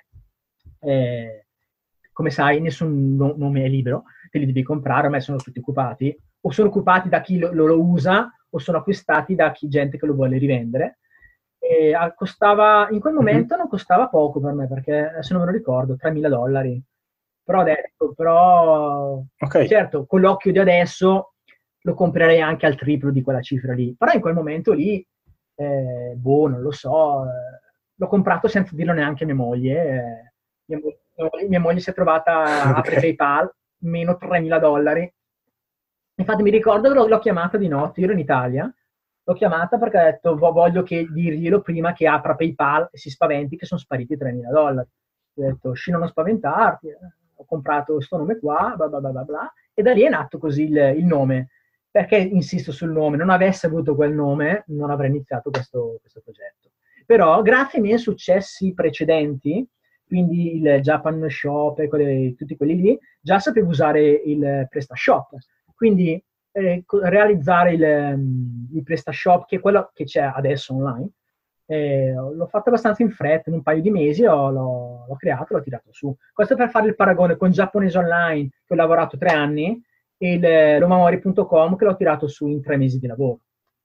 come sai nessun nome è libero, te li devi comprare, ormai sono tutti occupati, o sono occupati da chi lo usa o sono acquistati da gente che lo vuole rivendere. E costava, in quel momento non costava poco per me, perché adesso non me lo ricordo, $3.000. Però adesso, certo, con l'occhio di adesso lo comprerei anche al triplo di quella cifra lì. Però in quel momento lì, non lo so, l'ho comprato senza dirlo neanche a mia moglie. Mia moglie si è trovata, apre PayPal, meno $3.000. Mi Infatti mi ricordo che l'ho chiamata di notte, io ero in Italia, l'ho chiamata perché ho detto voglio dirglielo prima che apra PayPal e si spaventi che sono spariti $3.000. Ho detto, sci, non spaventarti, ho comprato questo nome qua, bla bla bla bla bla, e da lì è nato così il nome. Perché insisto sul nome? Non avesse avuto quel nome, non avrei iniziato questo progetto. Però, grazie ai miei successi precedenti, quindi il Japan Shop e tutti quelli lì, già sapevo usare il PrestaShop. Quindi realizzare il PrestaShop, che è quello che c'è adesso online, l'ho fatto abbastanza in fretta, in un paio di mesi l'ho creato, l'ho tirato su. Questo per fare il paragone con Giapponese Online, che ho lavorato 3 anni, e l'omamori.com, che l'ho tirato su in 3 mesi di lavoro.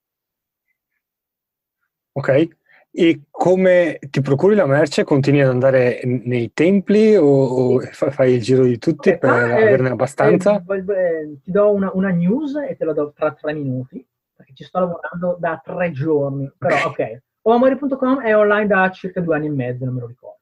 Ok, e come ti procuri la merce? Continui ad andare nei templi o fai il giro di tutti per averne abbastanza? Ti do una news e te la do tra 3 minuti, perché ci sto lavorando da 3 giorni. Però, ok. Omamori.com è online da circa 2 anni e mezzo, non me lo ricordo.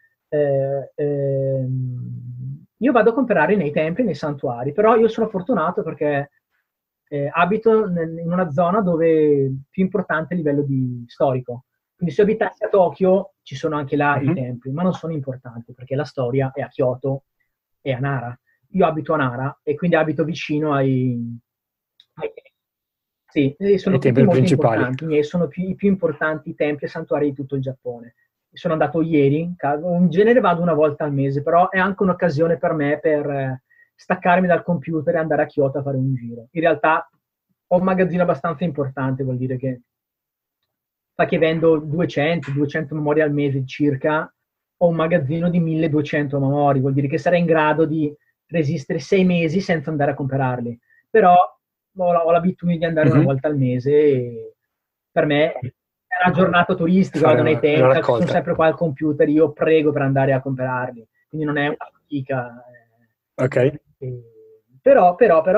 Io vado a comprare nei templi, nei santuari, però io sono fortunato perché abito in una zona dove più importante a livello storico. Quindi se abitassi a Tokyo ci sono anche là i templi, ma non sono importanti perché la storia è a Kyoto e a Nara. Io abito a Nara e quindi abito vicino ai sì, sono tutti molto importanti, sono i più importanti templi e santuari di tutto il Giappone. Sono andato ieri, in genere vado una volta al mese, però è anche un'occasione per me per staccarmi dal computer e andare a Kyoto a fare un giro. In realtà ho un magazzino abbastanza importante, vuol dire che fa che vendo 200 memorie al mese circa, ho un magazzino di 1200 memorie, vuol dire che sarei in grado di resistere 6 mesi senza andare a comprarli. Però ho l'abitudine di andare una volta al mese e per me è una giornata turistica, vado nei templi, sono sempre qua al computer, io prego per andare a comprarli, quindi non è una fatica. Ok. Però,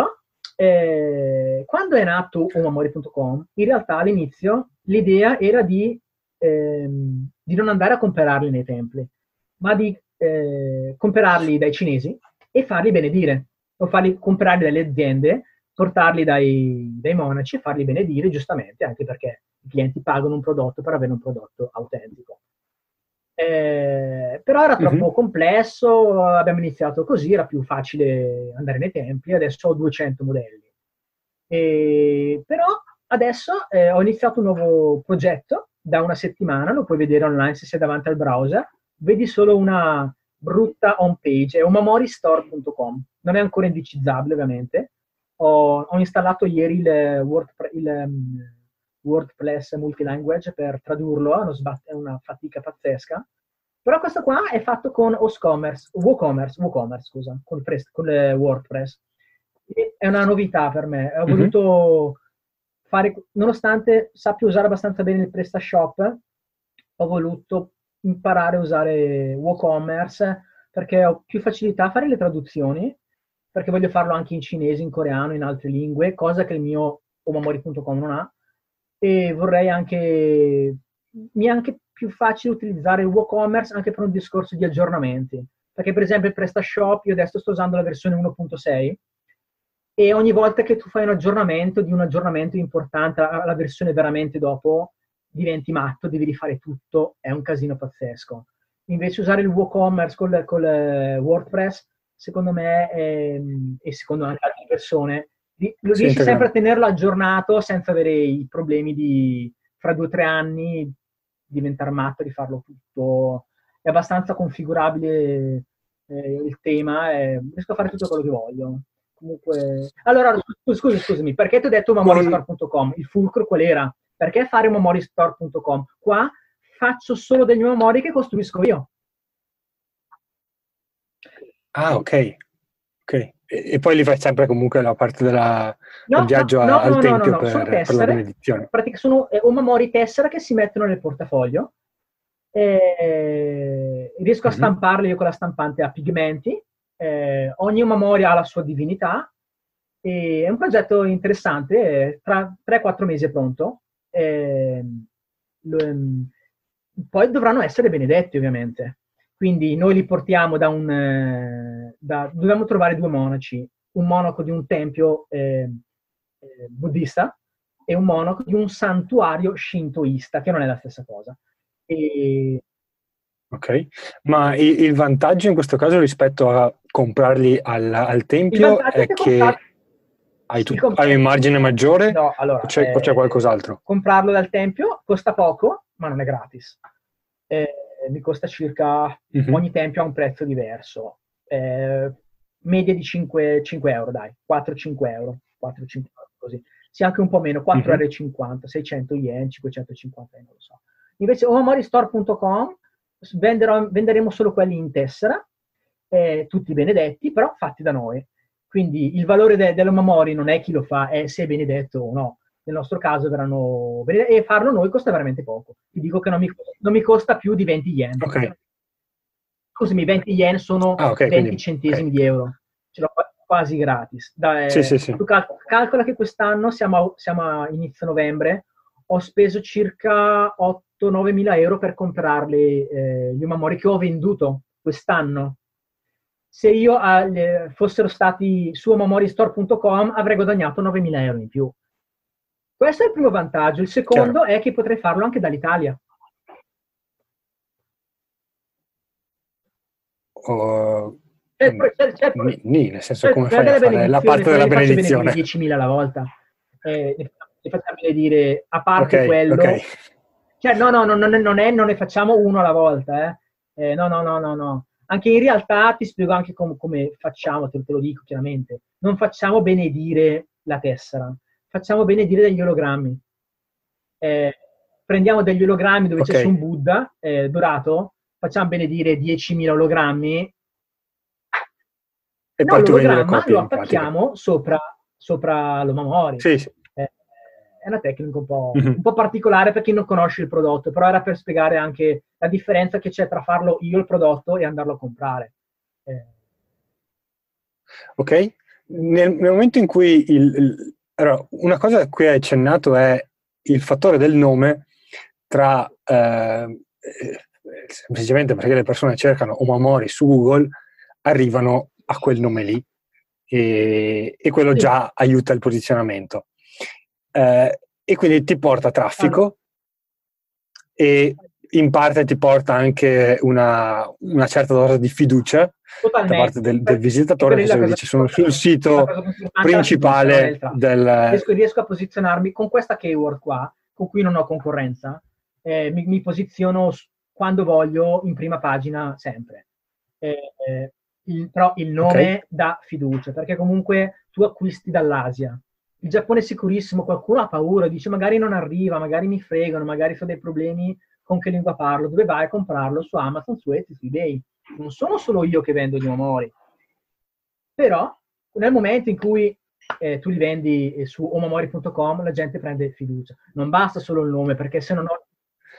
quando è nato omamori.com, in realtà all'inizio l'idea era di non andare a comprarli nei templi, ma di comprarli dai cinesi e farli benedire, o farli comprarli dalle aziende, portarli dai monaci e farli benedire, giustamente, anche perché i clienti pagano un prodotto per avere un prodotto autentico. Però era troppo complesso, abbiamo iniziato così, era più facile andare nei templi, adesso ho 200 modelli. Però adesso ho iniziato un nuovo progetto da una settimana, lo puoi vedere online se sei davanti al browser, vedi solo una brutta home page, è omamoristore.com, non è ancora indicizzabile ovviamente. Ho installato ieri il WordPress multilanguage per tradurlo, è una fatica pazzesca. Però questo qua è fatto con WooCommerce, scusa, con WordPress. È una novità per me. Ho voluto fare, nonostante sappia usare abbastanza bene il PrestaShop, ho voluto imparare a usare WooCommerce perché ho più facilità a fare le traduzioni, perché voglio farlo anche in cinese, in coreano, in altre lingue, cosa che il mio omamori.com non ha. E vorrei anche, mi è anche più facile utilizzare il WooCommerce anche per un discorso di aggiornamenti, perché per esempio il PrestaShop, io adesso sto usando la versione 1.6 e ogni volta che tu fai un aggiornamento di un aggiornamento importante alla versione veramente dopo, diventi matto, devi rifare tutto, è un casino pazzesco. Invece usare il WooCommerce col WordPress, secondo me, e secondo anche altre persone, riesci sempre a tenerlo aggiornato senza avere i problemi di fra 2 o 3 anni diventare matto, rifarlo tutto. È abbastanza configurabile il tema, riesco a fare tutto quello che voglio. Comunque, allora, scusami, perché ti ho detto memorystore.com? Il fulcro qual era? Perché fare memorystore.com? Qua faccio solo degli memori che costruisco io. Ah, ok. E poi li fai sempre comunque la parte del viaggio al tempio per la benedizione. Praticamente sono omamori tessera che si mettono nel portafoglio. Riesco a stamparli io con la stampante a pigmenti. Ogni omamoria ha la sua divinità. È un progetto interessante. Tra 3-4 mesi è pronto. Poi dovranno essere benedetti, ovviamente. Quindi noi li portiamo dobbiamo trovare 2 monaci, un monaco di un tempio buddista e un monaco di un santuario shintoista, che non è la stessa cosa. Ok, ma il vantaggio in questo caso rispetto a comprarli al Il tempio vantaggio è è che che hai un margine maggiore no, allora, o c'è qualcos'altro? comprarlo dal tempio costa poco, ma non è gratis. Mi costa circa, ogni tempio ha un prezzo diverso. Media di 5 euro, dai, 4-5 euro, 4-5 euro, così. Sì, anche un po' meno, 4,50 euro, 600 yen, 550 yen, non lo so. Invece omomorisstore.com venderemo solo quelli in tessera, tutti benedetti, però fatti da noi. Quindi il valore dell'Omamori non è chi lo fa, è se è benedetto o no. Nel nostro caso verranno benedetti, e farlo noi costa veramente poco. Ti dico che non mi costa più di 20 yen. Ok. Scusami, 20 yen sono 20 quindi, centesimi di euro. Ce l'ho quasi gratis. Sì. Tu calcola che quest'anno siamo a inizio novembre, ho speso circa 8-9 mila euro per comprarli, gli Omamori che ho venduto quest'anno. Se io fossero stati su omomorisstore.com avrei guadagnato 9.000 euro in più. Questo è il primo vantaggio. Il secondo è che potrei farlo anche dall'Italia. Nel senso, come fai a fare la parte della benedizione? 10.000 alla volta. Le facciamo benedire, a parte quello. Okay. Cioè, no, non ne facciamo uno alla volta. No. Anche in realtà ti spiego anche come facciamo, te lo dico chiaramente. Non facciamo benedire la tessera, facciamo benedire degli ologrammi. Prendiamo degli ologrammi dove c'è su un Buddha dorato, facciamo benedire 10.000 ologrammi e poi tu vendi le copie, lo attacchiamo sopra l'Omamori. Sì. È una tecnica un po' particolare per chi non conosce il prodotto, però era per spiegare anche la differenza che c'è tra farlo io il prodotto e andarlo a comprare. Ok, nel momento in cui allora, una cosa a cui hai accennato è il fattore del nome tra semplicemente perché le persone cercano Omamori su Google, arrivano a quel nome lì e quello già aiuta il posizionamento. E quindi ti porta traffico e in parte ti porta anche una certa dose di fiducia da parte del visitatore, che dice sono sul sito principale riesco a posizionarmi con questa keyword qua, con cui non ho concorrenza, mi posiziono quando voglio in prima pagina sempre. Però il nome dà fiducia, perché comunque tu acquisti dall'Asia. Il Giappone è sicurissimo, qualcuno ha paura, dice magari non arriva, magari mi fregano, magari ho dei problemi con che lingua parlo. Dove vai a comprarlo? Su Amazon, su Etsy, su eBay. Non sono solo io che vendo gli Omamori. Però nel momento in cui tu li vendi su omamori.com, la gente prende fiducia. Non basta solo il nome, perché se non ho...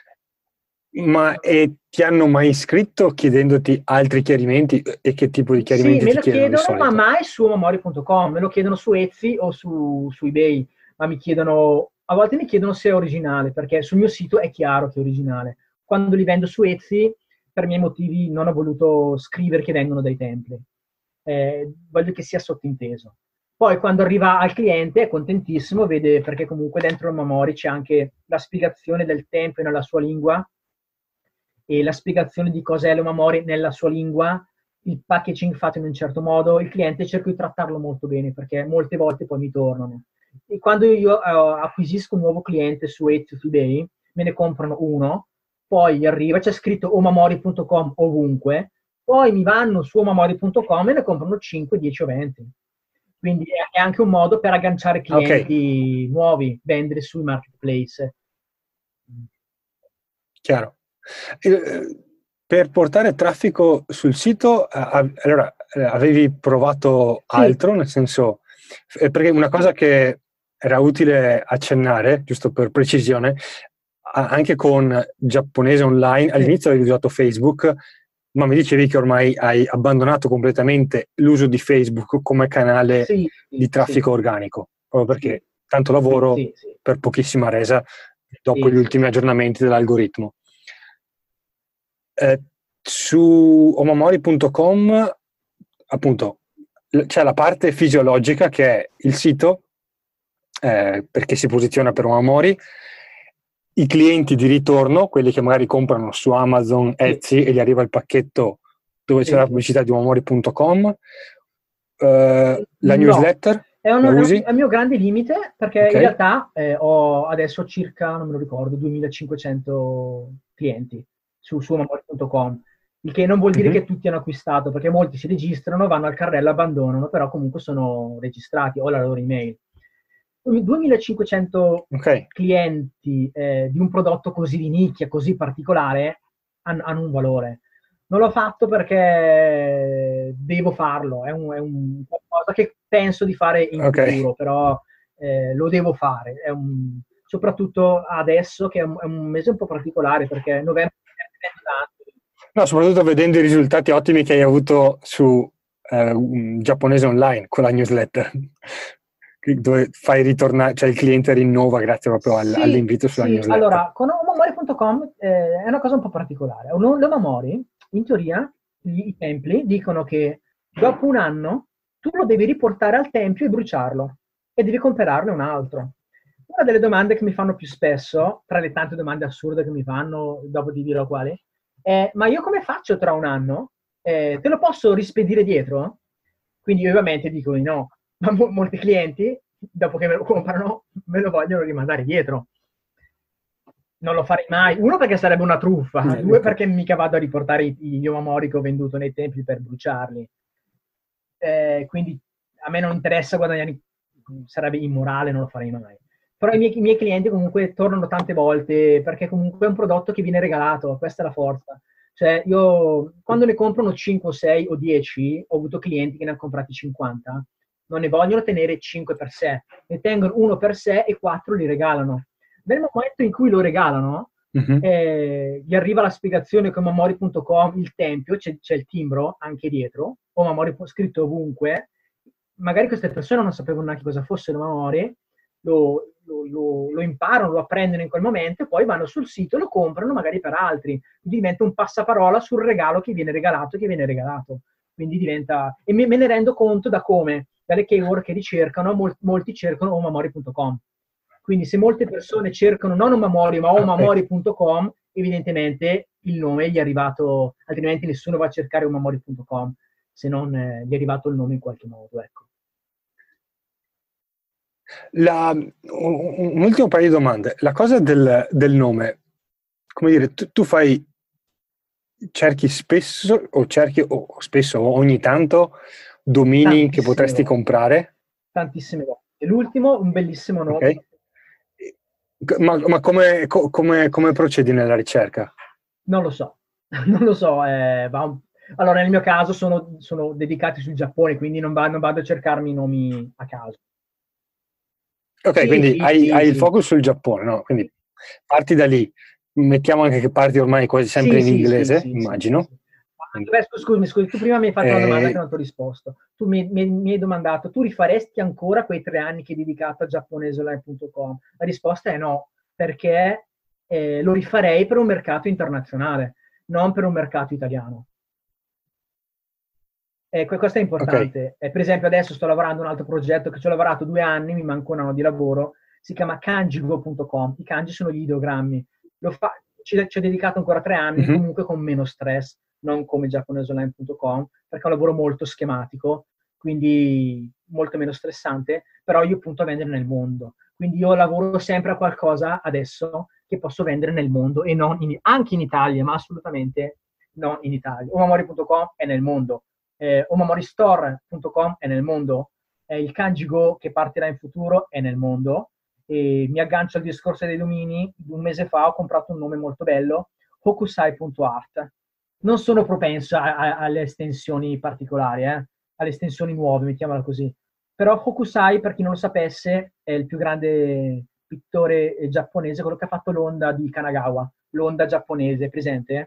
Ma ti hanno mai scritto chiedendoti altri chiarimenti? E che tipo di chiarimenti ti chiedono di solito? Sì, me lo chiedono, ma mai su omamori.com, me lo chiedono su Etsy o su eBay, ma a volte mi chiedono se è originale, perché sul mio sito è chiaro che è originale. Quando li vendo su Etsy, per miei motivi, non ho voluto scrivere che vengono dai templi. Voglio che sia sottinteso. Poi quando arriva al cliente è contentissimo, vede, perché comunque dentro il Omamori c'è anche la spiegazione del tempio nella sua lingua, e la spiegazione di cos'è l'Omamori nella sua lingua, il packaging fatto in un certo modo. Il cliente cerco di trattarlo molto bene, perché molte volte poi mi tornano. E quando io acquisisco un nuovo cliente su Etsy, su eBay, me ne comprano uno, poi gli arriva, c'è scritto omamori.com ovunque, poi mi vanno su omamori.com e ne comprano 5, 10 o 20. Quindi è anche un modo per agganciare clienti nuovi, vendere sui marketplace. Chiaro. Per portare traffico sul sito, allora avevi provato altro, nel senso, perché una cosa che era utile accennare, giusto per precisione, anche con Giapponese Online, all'inizio avevi usato Facebook, ma mi dicevi che ormai hai abbandonato completamente l'uso di Facebook come canale di traffico organico, proprio perché tanto lavoro per pochissima resa dopo gli ultimi aggiornamenti dell'algoritmo. Su .com appunto c'è la parte fisiologica che è il sito perché si posiziona per Omamori. I clienti di ritorno, quelli che magari comprano su Amazon, Etsy e gli arriva il pacchetto dove c'è la pubblicità di omamori.com. La newsletter è la usi? è il mio grande limite, perché in realtà ho adesso circa, non me lo ricordo, 2500 clienti su omamori.com, il che non vuol dire che tutti hanno acquistato, perché molti si registrano, vanno al carrello, abbandonano, però comunque sono registrati, ho la loro email. 2500 clienti di un prodotto così di nicchia, così particolare, hanno un valore. Non l'ho fatto perché devo farlo, è un qualcosa che penso di fare in futuro, però lo devo fare. Soprattutto adesso che è un mese un po' particolare, perché novembre è no, soprattutto vedendo i risultati ottimi che hai avuto su Giapponese Online con la newsletter, dove fai ritornare, cioè il cliente rinnova grazie proprio all'invito sulla newsletter. Allora, con omamori.com è una cosa un po' particolare. L'Omamori, in teoria, i templi dicono che dopo un anno tu lo devi riportare al tempio e bruciarlo e devi comprarne un altro. Una delle domande che mi fanno più spesso, tra le tante domande assurde che mi fanno, dopo ti dirò quali, è: ma io come faccio tra un anno? Te lo posso rispedire dietro? Quindi io ovviamente dico di no, ma molti clienti, dopo che me lo comprano, me lo vogliono rimandare dietro. Non lo farei mai. Uno, perché sarebbe una truffa. Due, perché mica vado a riportare gli omamori che ho venduto nei templi per bruciarli. Quindi a me non interessa guadagnare, sarebbe immorale, non lo farei mai. Però i miei clienti comunque tornano tante volte, perché comunque è un prodotto che viene regalato, questa è la forza. Cioè io, quando ne comprano 5 o 6 o 10, ho avuto clienti che ne hanno comprati 50, non ne vogliono tenere 5 per sé, ne tengono uno per sé e 4 li regalano. Nel momento in cui lo regalano, gli arriva la spiegazione con omamori.com, il tempio, c'è il timbro anche dietro, Omamori scritto ovunque. Magari queste persone non sapevano neanche cosa fosse l'Omamori, lo imparano, lo apprendono in quel momento e poi vanno sul sito e lo comprano magari per altri. Quindi diventa un passaparola sul regalo che viene regalato e che viene regalato. Quindi diventa... E me ne rendo conto da come, dalle keyword che ricercano, molti cercano omamori.com. Quindi se molte persone cercano non Omamori ma omamori.com, evidentemente il nome gli è arrivato, altrimenti nessuno va a cercare omamori.com se non gli è arrivato il nome in qualche modo, ecco. Un ultimo paio di domande. La cosa del nome, come dire, tu cerchi spesso o spesso o ogni tanto domini che potresti comprare? Tantissime volte. L'ultimo, un bellissimo nome. Ma come procedi nella ricerca? Non lo so. Allora, nel mio caso sono dedicati sul Giappone, quindi non vado a cercarmi i nomi a caso. Ok, quindi hai il focus sul Giappone, no? Quindi parti da lì. Mettiamo anche che parti ormai quasi sempre in inglese, immagino. Scusami, tu prima mi hai fatto una domanda che non ti ho risposto. Tu mi hai domandato: tu rifaresti ancora quei 3 anni che hai dedicato a giapponeseonline.com? La risposta è no, perché lo rifarei per un mercato internazionale, non per un mercato italiano. Questo è importante. Per esempio adesso sto lavorando a un altro progetto che ci ho lavorato 2 anni, mi manca un anno di lavoro, si chiama kanjigo.com. I kanji sono gli ideogrammi. Ci ho dedicato ancora 3 anni, comunque con meno stress, non come giapponeseonline.com, perché è un lavoro molto schematico, quindi molto meno stressante, però io punto a vendere nel mondo. Quindi io lavoro sempre a qualcosa adesso che posso vendere nel mondo e non anche in Italia, ma assolutamente non in Italia. Omamori.com è nel mondo. omamoristore.com è nel mondo, il Kanjigo che partirà in futuro è nel mondo. E mi aggancio al discorso dei domini. 1 mese fa ho comprato un nome molto bello, hokusai.art. Non sono propenso alle estensioni particolari, alle estensioni nuove, mettiamola così. Però Hokusai, per chi non lo sapesse, è il più grande pittore giapponese, quello che ha fatto l'onda di Kanagawa, l'onda giapponese, presente?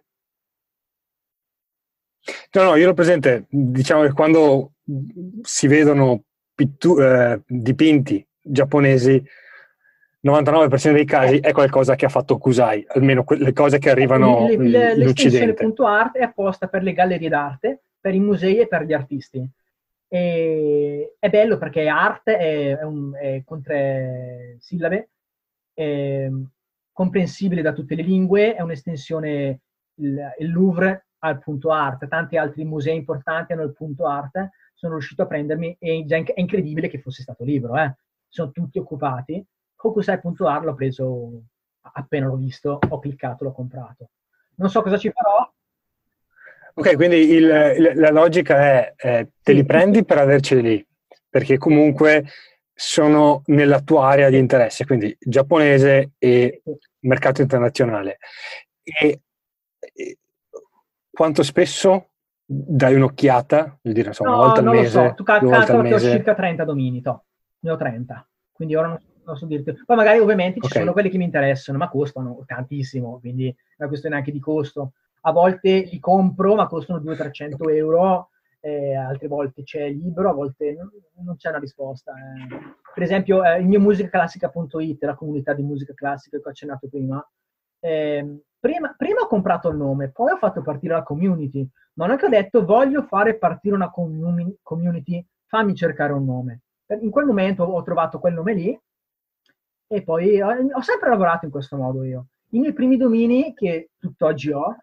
No, io l'ho presente. Diciamo che quando si vedono dipinti giapponesi, 99% dei casi è qualcosa che ha fatto Kusai, almeno le cose che arrivano in Occidente. L'estensione .art è apposta per le gallerie d'arte, per i musei e per gli artisti. E è bello perché art è con 3 sillabe, è comprensibile da tutte le lingue, è un'estensione, il Louvre ha il punto art, tanti altri musei importanti hanno il punto art, sono riuscito a prendermi, e già è incredibile che fosse stato libero, sono tutti occupati. Hokusai.art l'ho preso appena l'ho visto, ho cliccato, l'ho comprato. Non so cosa ci farò. Ok, quindi la logica è te li prendi per averceli lì, perché comunque sono nella tua area di interesse, quindi giapponese e mercato internazionale. E quanto spesso dai un'occhiata? Vuol dire, insomma, una volta al non mese, lo so, tu calcola che ho circa 30 domini, ne ho 30, quindi ora non so dirti. Poi magari ovviamente ci sono quelli che mi interessano, ma costano tantissimo, quindi è una questione anche di costo. A volte li compro, ma costano 200-300 euro, altre volte c'è libero, a volte non c'è una risposta. Per esempio, il mio musicaclassica.it, la comunità di musica classica che ho accennato prima, prima ho comprato il nome, poi ho fatto partire la community, ma non è che ho detto voglio fare partire una community, fammi cercare un nome. In quel momento ho trovato quel nome lì e poi ho sempre lavorato in questo modo io. I miei primi domini, che tutt'oggi ho,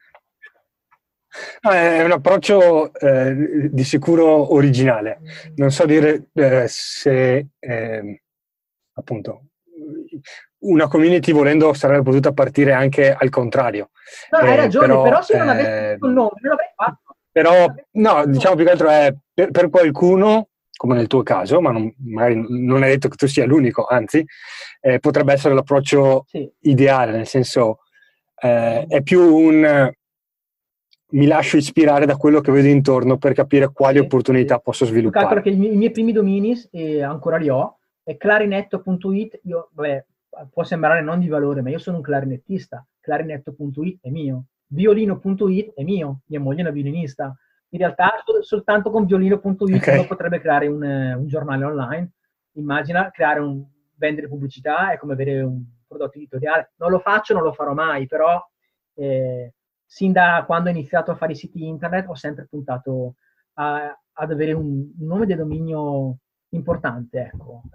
è un approccio di sicuro originale. Non so dire se appunto una community volendo sarebbe potuta partire anche al contrario. No, hai ragione, però se non avessi il nome non l'avrei fatto. Però no, diciamo più che altro è per qualcuno, come nel tuo caso, ma magari non è detto che tu sia l'unico, anzi, potrebbe essere l'approccio ideale, nel senso è più un mi lascio ispirare da quello che vedo intorno per capire quali opportunità posso sviluppare. Calcolo che i miei primi domini, ancora li ho, è clarinetto.it, può sembrare non di valore, ma io sono un clarinettista, clarinetto.it è mio, violino.it è mio, mia moglie è una violinista. In realtà soltanto con violino.it uno potrebbe creare un giornale online. Immagina vendere pubblicità è come avere un prodotto editoriale. Non lo faccio, non lo farò mai, però sin da quando ho iniziato a fare i siti internet ho sempre puntato ad avere un nome di dominio importante,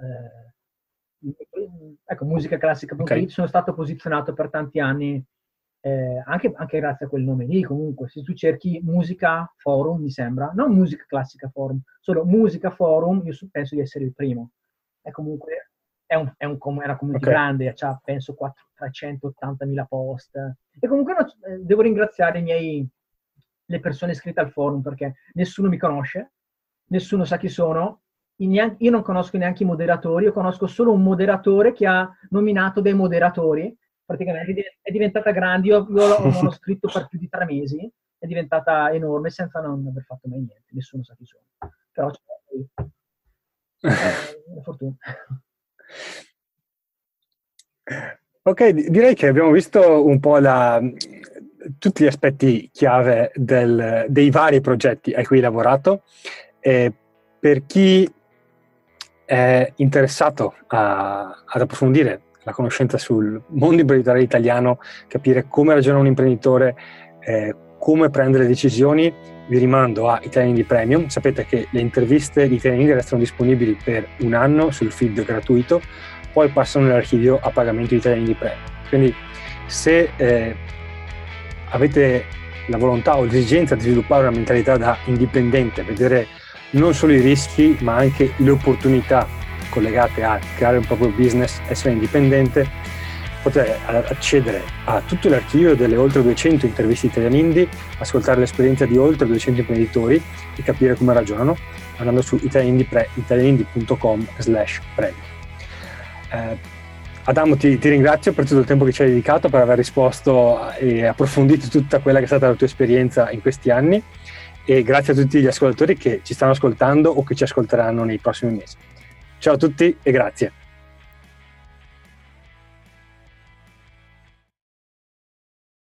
ecco, musicaclassica.it, sono stato posizionato per tanti anni anche grazie a quel nome lì. Comunque se tu cerchi musica forum, mi sembra, non musica classica forum, solo musica forum, io penso di essere il primo. È comunque è una community grande, c'ha penso 380.000 post, e comunque devo ringraziare le persone iscritte al forum, perché nessuno mi conosce, nessuno sa chi sono, io non conosco neanche i moderatori, io conosco solo un moderatore che ha nominato dei moderatori, praticamente è diventata grande, io l'ho scritto per più di 3 mesi, è diventata enorme senza non aver fatto mai niente, nessuno sa chi sono, però c'è fortuna. Ok, direi che abbiamo visto un po' tutti gli aspetti chiave dei vari progetti a cui hai lavorato. Per chi è interessato ad approfondire la conoscenza sul mondo imprenditoriale italiano, capire come ragiona un imprenditore, come prendere decisioni, vi rimando a Italian Indie Premium. Sapete che le interviste di Italian Indie restano disponibili per 1 anno sul feed gratuito, poi passano nell'archivio a pagamento di Italian Indie Premium. Quindi se avete la volontà o l'esigenza di sviluppare una mentalità da indipendente, vedere non solo i rischi ma anche le opportunità collegate a creare un proprio business, essere indipendente, potete accedere a tutto l'archivio delle oltre 200 interviste Italian Indie, ascoltare l'esperienza di oltre 200 imprenditori e capire come ragionano andando su italianindie.com/premium. Adamo, ti ringrazio per tutto il tempo che ci hai dedicato, per aver risposto e approfondito tutta quella che è stata la tua esperienza in questi anni, e grazie a tutti gli ascoltatori che ci stanno ascoltando o che ci ascolteranno nei prossimi mesi. Ciao a tutti e grazie.